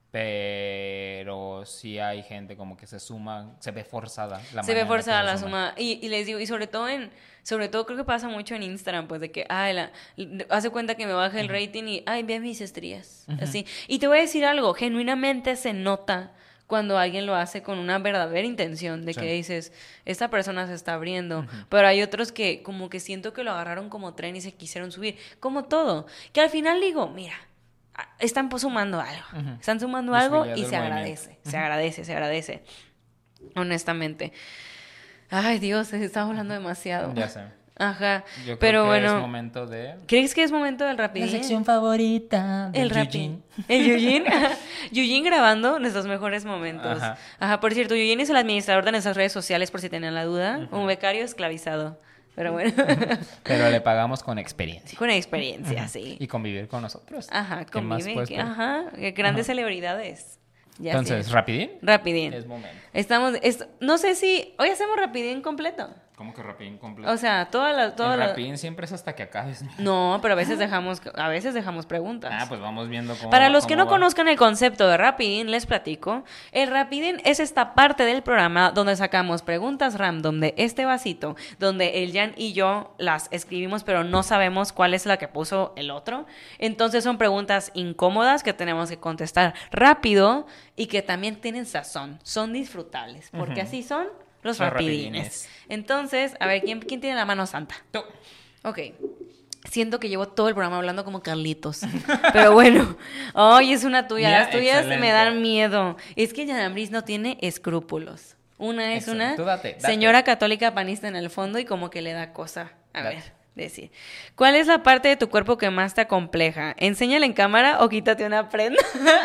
A: pero sí hay gente como que se suma, se ve forzada la
B: se ve forzada la suma y, y les digo, y sobre todo en sobre todo creo que pasa mucho en Instagram, pues de que ay, la, hace cuenta que me baja el uh-huh. rating y ay, ve mis estrías, uh-huh. así. Y te voy a decir algo, genuinamente se nota cuando alguien lo hace con una verdadera intención de sí. que dices, esta persona se está abriendo, uh-huh. pero hay otros que como que siento que lo agarraron como tren y se quisieron subir, como todo, que al final digo, mira, están pues sumando algo, uh-huh. están sumando algo y se agradece, uh-huh. se agradece, se agradece, honestamente. Ay, Dios, estamos hablando demasiado.
A: Ya sé.
B: Ajá,
A: Yo creo
B: pero
A: que
B: bueno.
A: es momento de...
B: ¿Crees que es momento del rapidín?
A: La sección favorita del
B: el rapidín. El Yujin. Yujin grabando nuestros mejores momentos. Ajá. Ajá, por cierto, Yujin es el administrador de nuestras redes sociales, por si tenían la duda. Uh-huh. Un becario esclavizado. Pero bueno.
A: Pero le pagamos con experiencia.
B: Con experiencia, uh-huh. sí.
A: Y convivir con nosotros.
B: Ajá, convive. Que, ajá, grandes ajá. celebridades.
A: Ya Entonces, sí. ¿rapidín?
B: Rapidín.
A: Es momento.
B: Estamos, es, no sé si... Hoy hacemos rapidín completo.
A: ¿Cómo que rapidín completo?
B: O sea, toda la... Toda
A: el
B: la...
A: rapidín siempre es hasta que acabes.
B: No, pero a veces dejamos a veces dejamos preguntas.
A: Ah, pues vamos viendo cómo
B: Para los
A: cómo
B: que no
A: va.
B: conozcan el concepto de rapidín, les platico. El rapidín es esta parte del programa donde sacamos preguntas random de este vasito, donde el Jan y yo las escribimos, pero no sabemos cuál es la que puso el otro. Entonces son preguntas incómodas que tenemos que contestar rápido y que también tienen sazón, son disfrutables, porque uh-huh. así son los son rapidines. rapidines. Entonces, a ver, ¿quién, ¿quién tiene la mano santa?
A: Tú.
B: Ok. Siento que llevo todo el programa hablando como Carlitos. Pero bueno. Ay, es una tuya. Mira, las tuyas excelente. Me dan miedo. Es que Yanambris no tiene escrúpulos. Una es excelente. Una Tú date, date. Señora católica panista en el fondo y como que le da cosa. A date. ver, decir. ¿Cuál es la parte de tu cuerpo que más te acompleja? ¿Enséñala en cámara o quítate una prenda?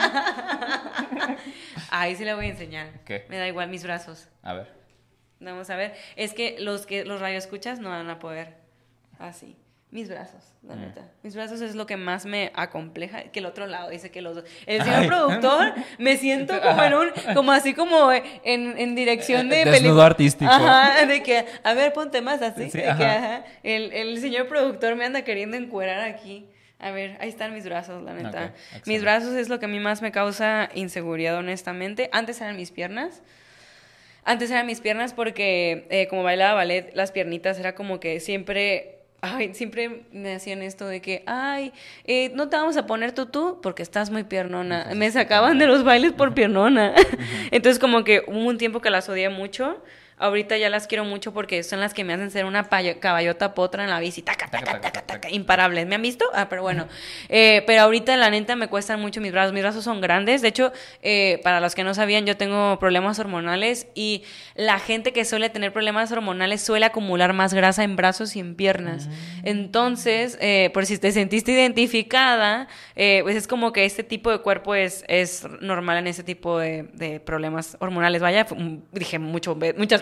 B: Ahí sí le voy a enseñar.
A: ¿Qué?
B: Me da igual mis brazos.
A: A ver.
B: Vamos a ver. Es que los que los radioescuchas no van a poder. Así. Mis brazos, la mm. neta. Mis brazos es lo que más me acompleja. Que el otro lado dice que los dos. El señor Ay. productor, me siento como en un, como así como en, en dirección de
A: película. Desnudo artístico.
B: Ajá, de que, a ver, ponte más así.
A: Sí,
B: de
A: ajá.
B: que, ajá. El, el señor productor me anda queriendo encuerar aquí. A ver, ahí están mis brazos, la neta. Okay, mis brazos es lo que a mí más me causa inseguridad, honestamente. Antes eran mis piernas. Antes eran mis piernas porque eh, como bailaba ballet, las piernitas era como que siempre... Ay, siempre me hacían esto de que, ay, eh, no te vamos a poner tutú porque estás muy piernona. Me sacaban de los bailes por piernona. Uh-huh. Entonces como que hubo un tiempo que las odié mucho. Ahorita ya las quiero mucho porque son las que me hacen ser una payo- caballota potra en la bici. Taca, taca, taca, taca, taca, imparables. ¿Me han visto? Ah, pero bueno. Eh, pero ahorita, la neta, me cuestan mucho mis brazos. Mis brazos son grandes. De hecho, eh, para los que no sabían, yo tengo problemas hormonales y la gente que suele tener problemas hormonales suele acumular más grasa en brazos y en piernas. Mm. Entonces, eh, por si te sentiste identificada, eh, pues es como que este tipo de cuerpo es, es normal en ese tipo de, de problemas hormonales. Vaya, dije mucho, muchas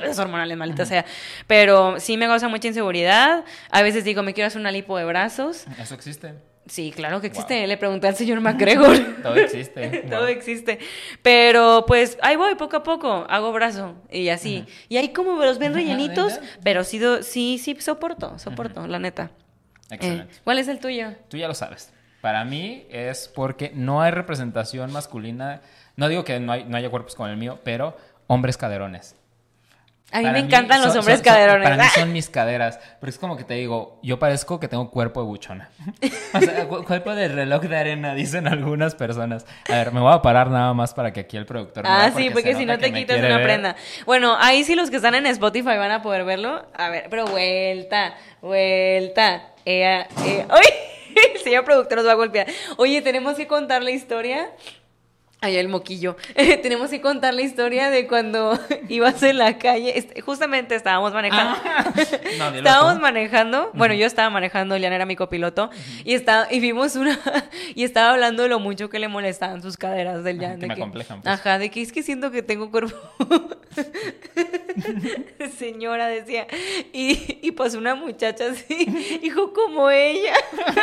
B: esteroides hormonales, maldita uh-huh. sea. Pero sí me causa mucha inseguridad. A veces digo, me quiero hacer una lipo de brazos.
A: ¿Eso existe?
B: Sí, claro que existe. Wow. Le pregunté al señor McGregor.
A: Todo existe.
B: Todo wow. existe. Pero pues ahí voy, poco a poco. Hago brazo y así. Uh-huh. Y ahí como me los ven rellenitos, pero sí, sí, sí soporto, soporto, uh-huh. la neta.
A: Excelente.
B: Eh, ¿Cuál es el tuyo?
A: Tú ya lo sabes. Para mí es porque no hay representación masculina. No digo que no, hay, no haya cuerpos como el mío, pero hombres caderones.
B: A mí para me mí encantan son, los hombres son, caderones.
A: Para mí son mis caderas. Pero es como que te digo, yo parezco que tengo cuerpo de buchona. O sea, cuerpo de reloj de arena, dicen algunas personas. A ver, me voy a parar nada más para que aquí el productor...
B: Ah, sí, porque, porque si no te quitas una ver. prenda. Bueno, ahí sí los que están en Spotify van a poder verlo. A ver, pero vuelta, vuelta. Ea, ea. ¡Uy! El señor productor nos va a golpear. Oye, tenemos que contar la historia... Ay, el moquillo. Tenemos que contar la historia de cuando ibas en la calle. Justamente estábamos manejando. Ah, no, estábamos manejando. Uh-huh. Bueno, yo estaba manejando, Eliana era mi copiloto. Uh-huh. Y estaba, y vimos una. Y estaba hablando de lo mucho que le molestaban sus caderas del Jan.
A: Que me complejan. Pues.
B: Ajá, de que es que siento que tengo cuerpo. Señora decía. Y, y pasó una muchacha así. Dijo, como ella.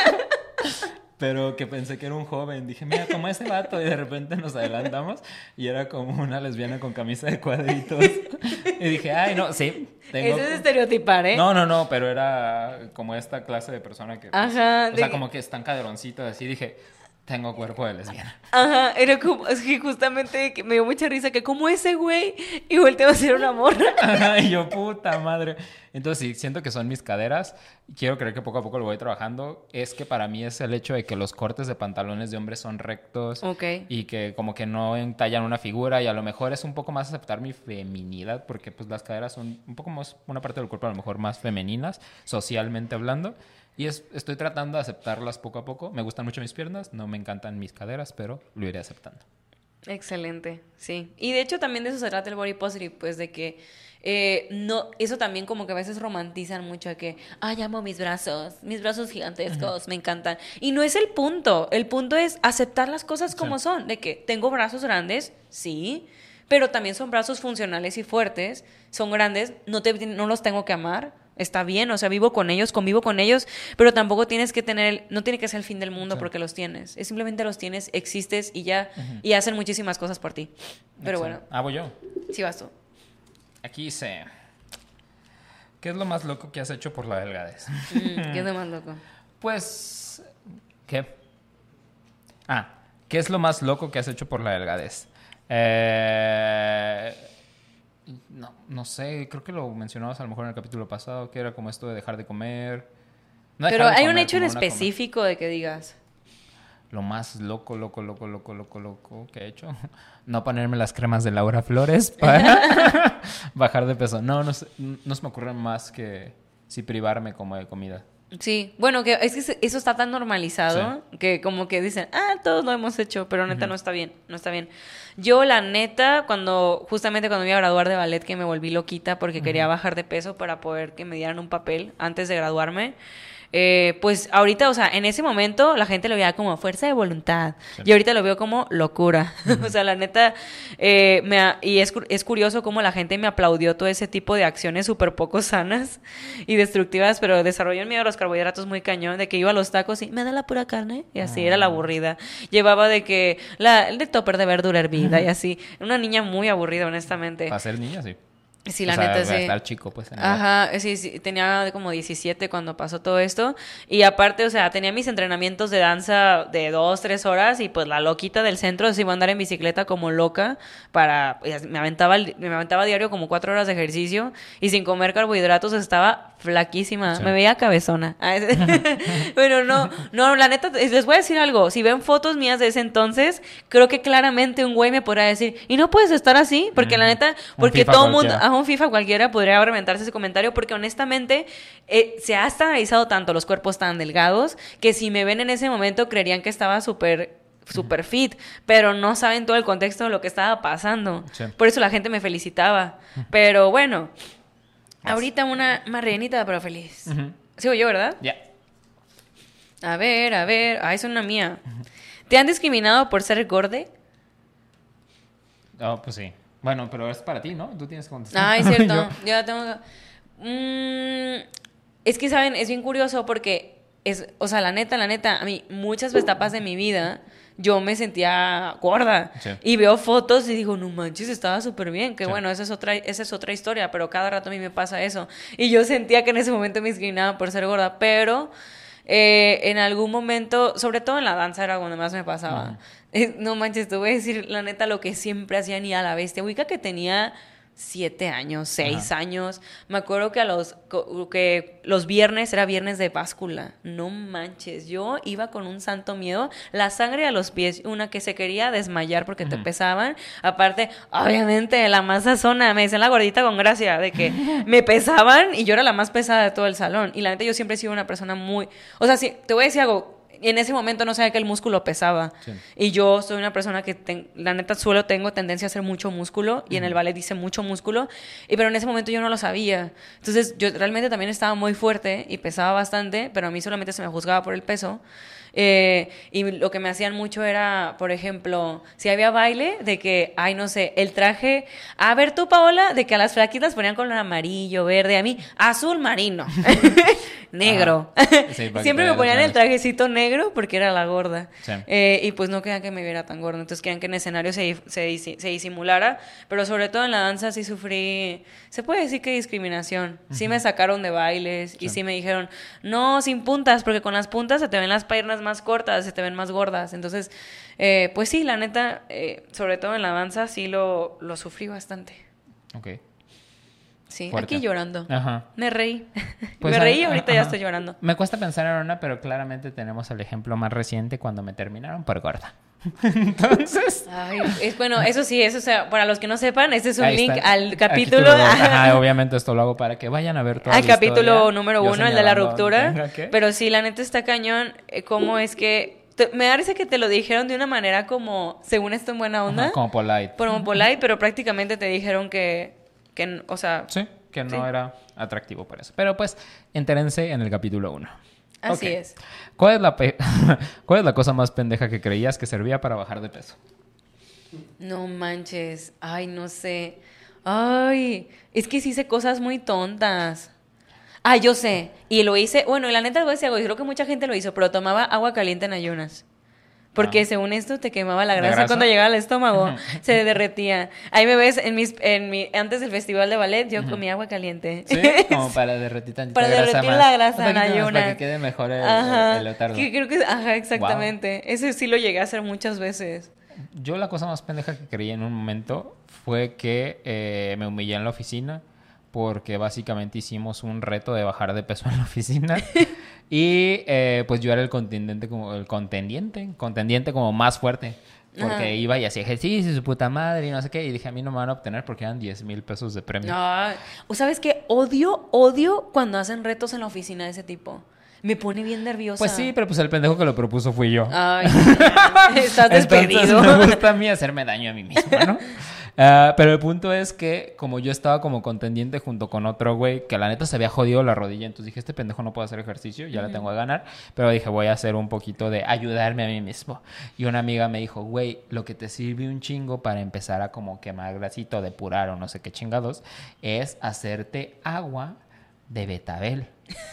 A: Pero que pensé que era un joven. Dije, mira, como ese vato. Y de repente nos adelantamos. Y era como una lesbiana con camisa de cuadritos. Y dije, ay, no, sí. Tengo...
B: Eso es estereotipar, ¿eh?
A: No, no, no. Pero era como esta clase de persona que... Pues,
B: Ajá.
A: O
B: de...
A: sea, como que están caderoncitos así. Dije... Tengo cuerpo de lesbiana.
B: Ajá, era como, es que justamente me dio mucha risa que como ese güey y volteó a ser una morra.
A: Ajá, y yo, puta madre. Entonces sí, siento que son mis caderas. Quiero creer que poco a poco lo voy trabajando. Es que para mí es el hecho de que los cortes de pantalones de hombres son rectos.
B: Ok.
A: Y que como que no entallan una figura. Y a lo mejor es un poco más aceptar mi feminidad. Porque pues las caderas son un poco más, una parte del cuerpo a lo mejor más femeninas, socialmente hablando. Y es, estoy tratando de aceptarlas poco a poco. Me gustan mucho mis piernas, no me encantan mis caderas, pero lo iré aceptando.
B: Excelente, sí. Y de hecho también de eso se trata el body positive, pues de que eh, no, eso también como que a veces romantizan mucho que, ay, amo mis brazos, mis brazos gigantescos, uh-huh. me encantan. Y no es el punto, el punto es aceptar las cosas como sí. son, de que tengo brazos grandes, sí, pero también son brazos funcionales y fuertes, son grandes, no, te, no los tengo que amar. Está bien, o sea, vivo con ellos, convivo con ellos, pero tampoco tienes que tener, no tiene que ser el fin del mundo sí. porque los tienes. Es simplemente los tienes, existes y ya, uh-huh. y hacen muchísimas cosas por ti. Pero
A: Exacto.
B: bueno.
A: Ah, voy yo.
B: Sí, vas tú.
A: Aquí dice, ¿qué es lo más loco que has hecho por la delgadez?
B: Mm, ¿Qué es lo más loco?
A: Pues, ¿qué? Ah, ¿qué es lo más loco que has hecho por la delgadez? Eh... No, no sé, creo que lo mencionabas a lo mejor en el capítulo pasado, que era como esto de dejar de comer. No
B: Pero hay
A: comer,
B: un hecho en específico de que digas.
A: Lo más loco, loco, loco, loco, loco, loco que he hecho. No ponerme las cremas de Laura Flores para bajar de peso. No, no, sé, no se me ocurre más que sí privarme como de comida.
B: Sí, bueno, que es que eso está tan normalizado sí. que como que dicen, ah, todos lo hemos hecho, pero neta uh-huh. no está bien, no está bien. Yo, la neta, cuando justamente cuando me iba a graduar de ballet, que me volví loquita porque uh-huh. quería bajar de peso para poder que me dieran un papel antes de graduarme, eh, pues ahorita, o sea, en ese momento la gente lo veía como fuerza de voluntad sí. y ahorita lo veo como locura. Uh-huh. O sea, la neta, eh, me ha, y es, es curioso cómo la gente me aplaudió todo ese tipo de acciones súper poco sanas y destructivas, pero desarrolló el miedo a los carbohidratos muy cañón, de que iba a los tacos y me da la pura carne y así, uh-huh. era la aburrida. Llevaba de que la, el de topper de verdura hervida uh-huh. y así. Una niña muy aburrida, honestamente.
A: Para ser niña, sí.
B: Sí, la
A: o sea,
B: neta, sí.
A: estar chico, pues.
B: Ajá, sí, sí, tenía como diecisiete cuando pasó todo esto. Y aparte, o sea, tenía mis entrenamientos de danza de dos, tres horas y pues la loquita del centro se iba a andar en bicicleta como loca para... Me aventaba, me aventaba diario como cuatro horas de ejercicio y sin comer carbohidratos estaba flaquísima. Sí. Me veía cabezona. Bueno, no, no, la neta, les voy a decir algo. Si ven fotos mías de ese entonces, creo que claramente un güey me podrá decir, ¿y no puedes estar así? Porque mm. la neta, porque todo el mundo... A un FIFA cualquiera podría reventarse ese comentario porque honestamente eh, se ha estandarizado tanto los cuerpos tan delgados que si me ven en ese momento creerían que estaba súper súper fit, pero no saben todo el contexto de lo que estaba pasando. Sí. Por eso la gente me felicitaba. Pero bueno, yes. ahorita una más rellenita pero feliz. Uh-huh. Sigo yo, ¿verdad?
A: Ya.
B: Yeah. A ver, a ver. Ah, es una mía. Uh-huh. ¿Te han discriminado por ser gorde?
A: Oh, pues sí. Bueno, pero es para ti, ¿no? Tú tienes que contestar.
B: Ah, es cierto.
A: Yo-
B: Yo la tengo... Mm, es que, ¿saben? Es bien curioso porque, es, o sea, la neta, la neta, a mí muchas etapas de mi vida yo me sentía gorda.
A: Sí.
B: Y veo fotos y digo, no manches, estaba súper bien. Que
A: Sí.
B: bueno, esa es, otra, esa es otra historia, pero cada rato a mí me pasa eso. Y yo sentía que en ese momento me discriminaban por ser gorda, pero... Eh, en algún momento, sobre todo en la danza era cuando más me pasaba.
A: Ajá.
B: Eh, no manches, te voy a decir la neta lo que siempre hacía ni a la bestia. Ubica que tenía siete años, seis
A: Ajá.
B: años. Me acuerdo que a los co- que los viernes era viernes de báscula. No manches, yo iba con un santo miedo, la sangre a los pies, una que se quería desmayar porque te
A: Ujú.
B: pesaban. Aparte, obviamente la más zona, me decían la gordita con gracia de que me pesaban y yo era la más pesada de todo el salón. Y la neta yo siempre he sido una persona muy, o sea, sí, te voy a decir algo. En ese momento no sabía que el músculo pesaba.
A: Sí.
B: Y yo soy una persona que, ten- la neta, suelo tengo tendencia a hacer mucho músculo. Y en el
A: Ujú.
B: ballet dice mucho músculo. Y pero en ese momento yo no lo sabía. Entonces yo realmente también estaba muy fuerte y pesaba bastante. Pero a mí solamente se me juzgaba por el peso. Eh, y lo que me hacían mucho era, por ejemplo, si había baile, de que, ay, no sé, el traje... A ver tú, Paola, de que a las flaquitas ponían color amarillo, verde. A mí, azul marino. Negro.
A: Sí, para que
B: Siempre
A: te
B: me ponían
A: veas
B: el trajecito negro porque era la gorda.
A: Sí.
B: Eh, y pues no querían que me viera tan gorda. Entonces querían que en escenario se, se, disi- se disimulara. Pero sobre todo en la danza sí sufrí, se puede decir que discriminación. Sí me sacaron de bailes y
A: Sí.
B: sí me dijeron, no, sin puntas, porque con las puntas se te ven las piernas más cortas, se te ven más gordas. Entonces, eh, pues sí, la neta, eh, sobre todo en la danza sí lo, lo sufrí bastante.
A: Ok.
B: Sí,
A: Fuerte.
B: aquí llorando.
A: Ajá.
B: Me reí.
A: Pues,
B: me reí y
A: ah,
B: ahorita
A: ajá.
B: ya estoy llorando.
A: Me cuesta pensar en una, pero claramente tenemos el ejemplo más reciente cuando me terminaron por gorda. Entonces...
B: Ay, es bueno, eso sí, eso o sea, para los que no sepan, este es un
A: ahí
B: link
A: está.
B: al
A: Aquí
B: capítulo,
A: tú lo- Ajá, obviamente esto lo hago para que vayan a ver todo.
B: al capítulo número uno, el de la ruptura.
A: Pero
B: Pero sí, la neta está cañón, eh, cómo es que te- me da risa que te lo dijeron de una manera como, según esto en buena onda,
A: como polite.
B: como polite, pero prácticamente te dijeron que, que n- o sea,
A: Sí, que no
B: Sí.
A: era atractivo por eso. Pero pues, entérense en el capítulo uno.
B: así
A: Ok.
B: es.
A: ¿Cuál es, la pe- ¿Cuál es la cosa más pendeja que creías que servía para bajar de peso?
B: No manches, ay, no sé. Ay, es que sí hice cosas muy tontas. Ah, yo sé. Y lo hice, bueno, y la neta voy a decir algo, y creo que mucha gente lo hizo, pero tomaba agua caliente en ayunas. Porque
A: Ah.
B: según esto te quemaba la
A: ¿La
B: grasa,
A: grasa?
B: cuando llegaba al estómago, se derretía. Ahí me ves en mis, en mi, antes del festival de ballet, yo comía agua caliente.
A: Sí, como para derretir tantita
B: Para
A: grasa
B: derretir
A: más.
B: la grasa
A: Un poquito
B: en
A: más
B: ayunas.
A: para que quede mejor el,
B: Ajá.
A: el, el leotardo.
B: Que creo que, ajá, exactamente. Ese sí lo llegué a hacer muchas veces.
A: Yo la cosa más pendeja que creí en un momento fue que eh, me humillé en la oficina porque básicamente hicimos un reto de bajar de peso en la oficina y eh, pues yo era el contendiente como el contendiente, contendiente como más fuerte porque
B: Ajá.
A: iba y hacía ejercicio, su puta madre y no sé qué y dije a mí no me van a obtener porque eran diez mil pesos de premio.
B: Ay, ¿o sabes qué? Odio, odio cuando hacen retos en la oficina de ese tipo. Me pone bien nerviosa.
A: Pues sí, pero pues el pendejo que lo propuso fui yo.
B: Ay, estás despedido.
A: Entonces me gusta a mí hacerme daño a mí mismo, ¿no? Ah, pero el punto es que como yo estaba como contendiente junto con otro güey que la neta se había jodido la rodilla, entonces dije, este pendejo no puede hacer ejercicio, ya la tengo a ganar, pero dije, voy a hacer un poquito de ayudarme a mí mismo. Y una amiga me dijo, güey, lo que te sirve un chingo para empezar a como quemar grasito, o depurar o no sé qué chingados, es hacerte agua de betabel.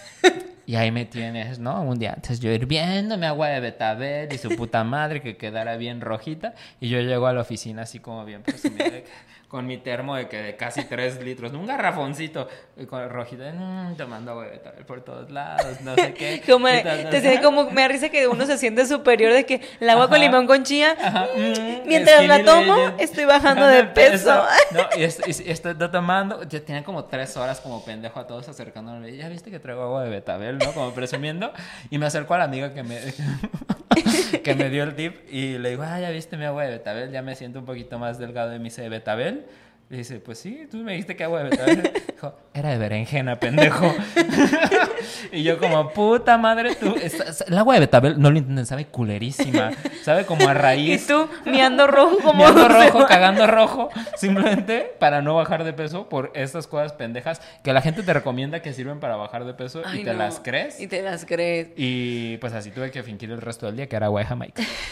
A: Y ahí me tienes, ¿no? Un día antes yo hirviéndome agua de betabel y su puta madre que quedara bien rojita. Y yo llego a la oficina así como bien presumido, de que- con mi termo de que de casi tres litros, un garrafoncito y con rojita, mmm, tomando agua de betabel por todos lados, no sé qué.
B: Como,
A: Y tal,
B: te
A: tal,
B: sientes
A: tal.
B: como, me da risa que uno se siente superior de que el agua con
A: Ajá.
B: limón con chía,
A: Ajá.
B: mm, mientras la
A: Skinny
B: tomo,
A: legend.
B: estoy bajando de peso.
A: No, y, es- y estoy tomando, ya tenía como tres horas como pendejo a todos acercándome. Ya viste que traigo agua de betabel, ¿no? Como presumiendo. Y me acerco a la amiga que me, que me dio el tip y le digo, ah, ya viste mi agua de betabel, ya me siento un poquito más delgado. Y me dice, ¿de betabel? Y dice, pues sí, tú me dijiste que agua de betabel. Dijo, era de berenjena, pendejo. Y yo como, puta madre, tú... es- el agua de betabel, no lo intenten, sabe culerísima. Sabe como a
B: Y
A: raíz.
B: tú, miando rojo como
A: Miando
B: doce
A: rojo,
B: ma-
A: cagando rojo, simplemente para no bajar de peso por estas cosas pendejas que la gente te recomienda que sirven para bajar de peso
B: Ay,
A: y te
B: no.
A: las crees.
B: Y te las crees.
A: Y pues así tuve que fingir el resto del día que era agua de Jamaica.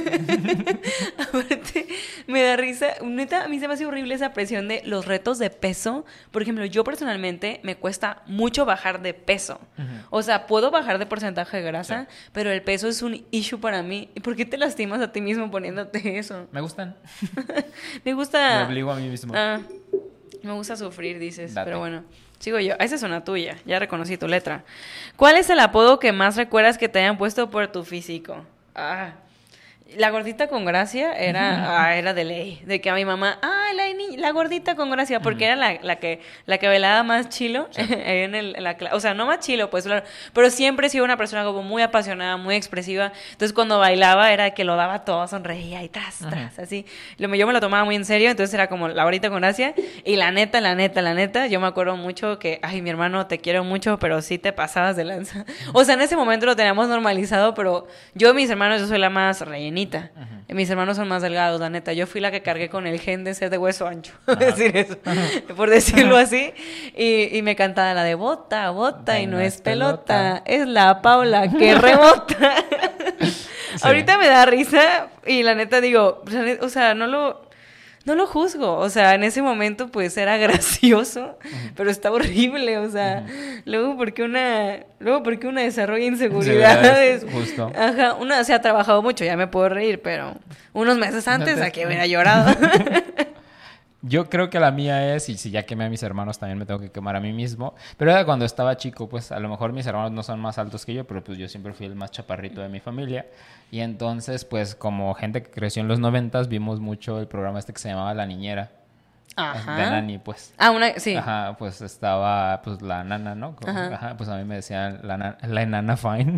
B: Aparte, me da risa. Neta, a mí se me hace horrible esa presión de los retos de peso. Por ejemplo, yo personalmente me cuesta mucho bajar de peso. Uh-huh. O sea, puedo bajar de porcentaje de grasa, sí. pero el peso es un issue para mí. ¿Y por qué te lastimas a ti mismo poniéndote eso?
A: Me gustan.
B: Me gusta...
A: Me obligo a mí mismo.
B: Ah, me gusta sufrir, dices.
A: Date.
B: Pero bueno, sigo yo. Esa es una tuya. Ya reconocí tu letra. ¿Cuál es el apodo que más recuerdas que te hayan puesto por tu físico? Ah... La gordita con gracia era, ah, era de ley. De que a mi mamá, ah, la, ni- la gordita con gracia, porque uh-huh. era la, la que la que bailaba más chilo. Sí. en el, en la, o sea, no más chilo, pues, claro, pero siempre he sido una persona como muy apasionada, muy expresiva. Entonces, cuando bailaba era que lo daba todo, sonreía y tras, tras, uh-huh. así. Yo me lo tomaba muy en serio, entonces era como la gordita con gracia. Y la neta, la neta, la neta, yo me acuerdo mucho que, ay, mi hermano, te quiero mucho, pero sí te pasabas de lanza. O sea, en ese momento lo teníamos normalizado, pero yo, mis hermanos, yo soy la más rellenita. Uh-huh. Mis hermanos son más delgados, la neta. Yo fui la que cargué con el gen de ser de hueso ancho, uh-huh. decir eso, uh-huh. por decirlo así. Y, y me cantaba la de bota, bota, y no es pelota, pelota, es la Paula que rebota. Sí. Ahorita me da risa y la neta digo, o sea, no lo... No lo juzgo, o sea, en ese momento pues era gracioso, uh-huh. pero está horrible, o sea, uh-huh. luego porque una, luego porque una desarrolla inseguridades.
A: Sí, justo.
B: Ajá, una se ha trabajado mucho, ya me puedo reír, pero unos meses antes a que hubiera llorado.
A: Yo creo que la mía es, y si ya quemé a mis hermanos, también me tengo que quemar a mí mismo. Pero era cuando estaba chico, pues a lo mejor mis hermanos no son más altos que yo, pero pues yo siempre fui el más chaparrito de mi familia. Y entonces, pues como gente que creció en los noventas, vimos mucho el programa este que se llamaba La Niñera.
B: Ajá.
A: De Nani, pues.
B: Ah, una, sí.
A: Ajá, pues estaba pues la nana, ¿no? Como, ajá. ajá. Pues a mí me decían la, na- la enana fine.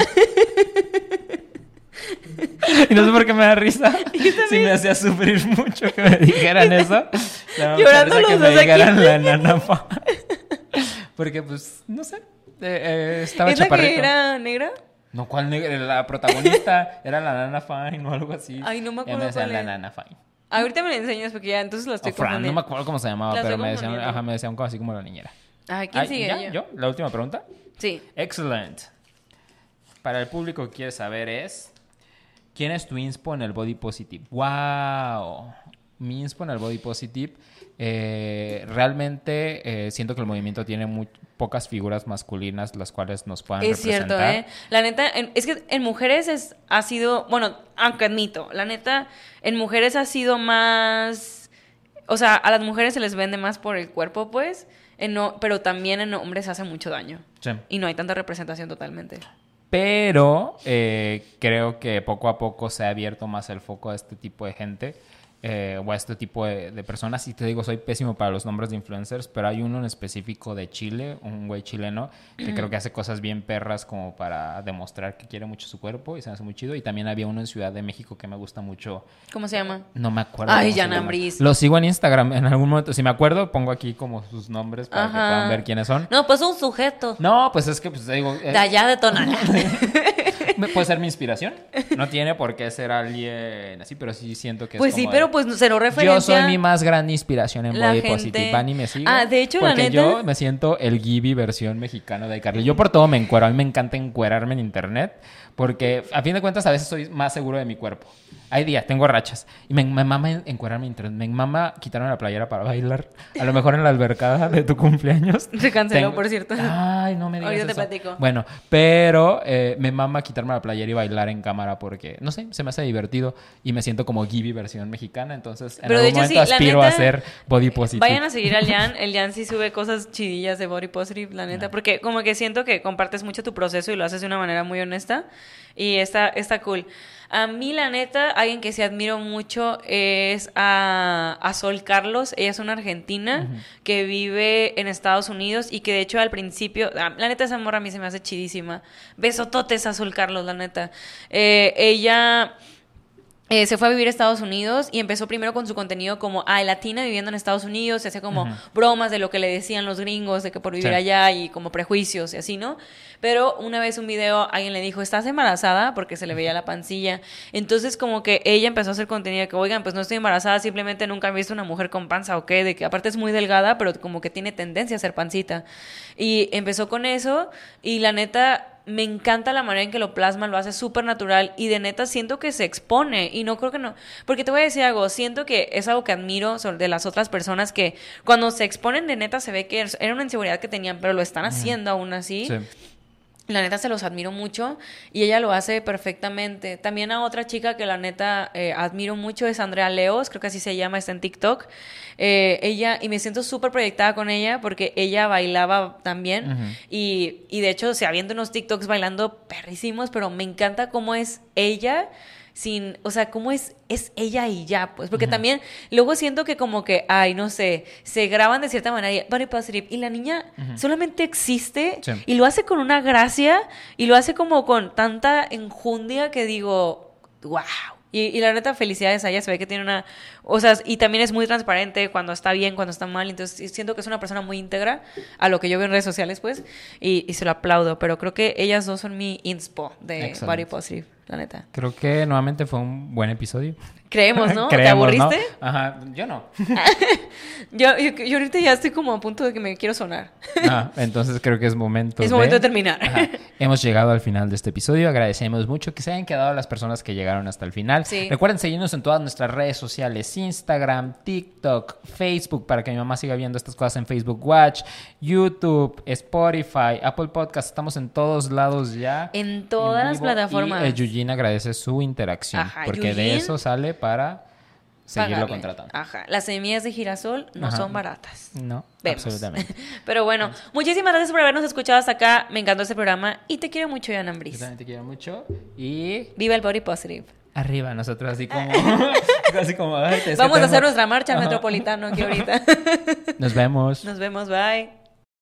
A: Y no sé por qué me da risa. Si me hacía sufrir mucho que me dijeran eso.
B: Llorando los
A: que
B: dos
A: me dijeran
B: aquí.
A: la enana fine. Porque pues, no sé. Eh, eh, estaba
B: ¿Es la
A: chaparrito.
B: que era negra?
A: No, ¿cuál negra? La protagonista era la nana fine o algo así.
B: Ay, no me acuerdo.
A: Y me decían
B: cuál
A: la
B: es.
A: nana fine.
B: Ahorita me la enseñas porque ya entonces la estoy
A: O Fran,
B: confundiendo.
A: no me acuerdo cómo se llamaba,
B: La
A: pero
B: estoy
A: me decían,
B: confundiendo.
A: ajá, me decían como así como la niñera.
B: Ay, ¿quién
A: Ay,
B: sigue?
A: ¿ya?
B: Yo.
A: ¿Yo? ¿La última pregunta?
B: Sí.
A: Excellent. Para el público que quiere saber es... ¿Quién es tu inspo en el Body Positive? ¡Wow! Mi inspo en el Body Positive... Eh, realmente eh, siento que el movimiento tiene muy pocas figuras masculinas las cuales nos puedan
B: es
A: representar.
B: cierto, ¿eh? La neta, en, es que en mujeres es, ha sido... Bueno, aunque admito, la neta, en mujeres ha sido más... O sea, a las mujeres se les vende más por el cuerpo, pues... En no, pero también en hombres hace mucho daño.
A: Sí.
B: Y no hay tanta representación totalmente.
A: Pero eh, creo que poco a poco se ha abierto más el foco a este tipo de gente eh, o a este tipo de, de personas. Y te digo, soy pésimo para los nombres de influencers, pero hay uno en específico de Chile, un güey chileno, que creo que hace cosas bien perras como para demostrar que quiere mucho su cuerpo y se me hace muy chido. Y también había uno en Ciudad de México que me gusta mucho.
B: ¿Cómo se llama?
A: No me acuerdo.
B: Ay,
A: cómo se
B: Jan
A: llama.
B: Ambris.
A: Lo sigo en Instagram en algún momento. Si me acuerdo, pongo aquí como sus nombres para
B: Ajá.
A: que puedan ver quiénes son.
B: No, pues un sujeto.
A: No, pues es que, pues te digo... eh,
B: De allá de Tonalá.
A: puede ser mi inspiración. No tiene por qué ser alguien así, pero sí siento que es
B: Pues sí,
A: como
B: pero
A: de,
B: pues se lo referencia.
A: yo soy mi más grande inspiración en
B: la
A: Body
B: gente-
A: Positive. Van y me siguen.
B: Ah, de hecho, la
A: porque
B: neta-
A: yo me siento el Gibby versión mexicano de iCarly. Yo por todo me encuero. A mí me encanta encuerarme en internet porque, a fin de cuentas, a veces soy más seguro de mi cuerpo. Hay días, tengo rachas. Y me, me mama encuerarme en internet. Me mama quitarme la playera para bailar. A lo mejor en la albercada de tu cumpleaños.
B: Se canceló,
A: Tengo-
B: por cierto.
A: Ay, no me digas
B: Ahorita te
A: eso.
B: platico.
A: Bueno, pero eh, me mama quitarme la playera y bailar en cámara porque, no sé, se me hace divertido y me siento como Gibby versión mexicana. Entonces, en
B: Pero de
A: algún
B: hecho,
A: momento
B: sí, la
A: aspiro
B: neta,
A: a ser Body Positive.
B: Vayan a seguir al Jan. El Jan sí sube cosas chidillas de Body Positive, la neta.
A: No.
B: Porque como que siento que compartes mucho tu proceso y lo haces de una manera muy honesta. Y está, está cool. A mí, la neta, alguien que sí admiro mucho es a, a Sol Carlos. Ella es una argentina
A: Ujú.
B: que vive en Estados Unidos y que de hecho al principio... ah, La neta, esa morra a mí se me hace chidísima. Besototes a Sol Carlos, la neta. Eh, ella... Eh, se fue a vivir a Estados Unidos y empezó primero con su contenido como, ah, latina viviendo en Estados Unidos, se hacía como
A: Ujú.
B: bromas de lo que le decían los gringos, de que por vivir
A: Sí.
B: allá y como prejuicios y así, ¿no? Pero una vez un video, alguien le dijo, ¿estás embarazada? Porque se le veía la pancilla. Entonces como que ella empezó a hacer contenido de que, oigan, pues no estoy embarazada, simplemente nunca he visto una mujer con panza o qué, de que aparte es muy delgada, pero como que tiene tendencia a ser pancita. Y empezó con eso y la neta... me encanta la manera en que lo plasma, lo hace súper natural y de neta siento que se expone y no creo que no, porque te voy a decir algo, siento que es algo que admiro sobre de las otras personas que cuando se exponen de neta se ve que era una inseguridad que tenían, pero lo están haciendo aún así. Sí. La neta se los admiro mucho y ella lo hace perfectamente. También a otra chica que la neta eh, admiro mucho es Andrea Leos, creo que así se llama, está en TikTok. Eh, ella, y me siento súper proyectada con ella porque ella bailaba también. Uh-huh. y, y de hecho se avienta unos TikToks bailando perrísimos, pero me encanta cómo es ella... sin, o sea, cómo es, es ella y ya, pues, porque uh-huh. también luego siento que como que, ay, no sé, se graban de cierta manera y, body positive, y la niña uh-huh. solamente existe sí. y lo hace con una gracia y lo hace como con tanta enjundia que digo, wow. Y, y la neta, felicidades a ella, se ve que tiene una... O sea, y también es muy transparente cuando está bien, cuando está mal. Entonces, siento que es una persona muy íntegra a lo que yo veo en redes sociales, pues. Y, y se lo aplaudo. Pero creo que ellas dos son mi inspo de Excelente. Body Positive, la neta.
A: Creo que nuevamente fue un buen episodio.
B: Creemos, ¿no?
A: Creemos,
B: ¿te aburriste?
A: ¿no? Ajá, yo no.
B: yo, yo, yo ahorita ya estoy como a punto de que me quiero sonar.
A: Ah, entonces creo que es momento
B: Es
A: de...
B: momento de terminar.
A: Ajá. Hemos llegado al final de este episodio. Agradecemos mucho que se hayan quedado las personas que llegaron hasta el final. Sí. Recuerden seguirnos en todas nuestras redes sociales. Instagram, TikTok, Facebook, para que mi mamá siga viendo estas cosas en Facebook Watch, YouTube, Spotify, Apple Podcast. Estamos en todos lados ya.
B: En todas en las plataformas.
A: Y eh, Eugene agradece su interacción. Ajá, porque Eugene... de eso sale para seguirlo Pagarle. Contratando.
B: Ajá. Las semillas de girasol no Ajá. son baratas.
A: No,
B: Vemos.
A: absolutamente.
B: Pero bueno, muchísimas gracias por habernos escuchado hasta acá. Me encantó este programa y te quiero mucho, Jan Ambris.
A: Yo también te quiero mucho y...
B: Viva el Body Positive.
A: Arriba, nosotros así como... así como ay,
B: Vamos a hacer nuestra marcha al Metropolitano aquí ahorita.
A: Nos vemos.
B: Nos vemos, bye.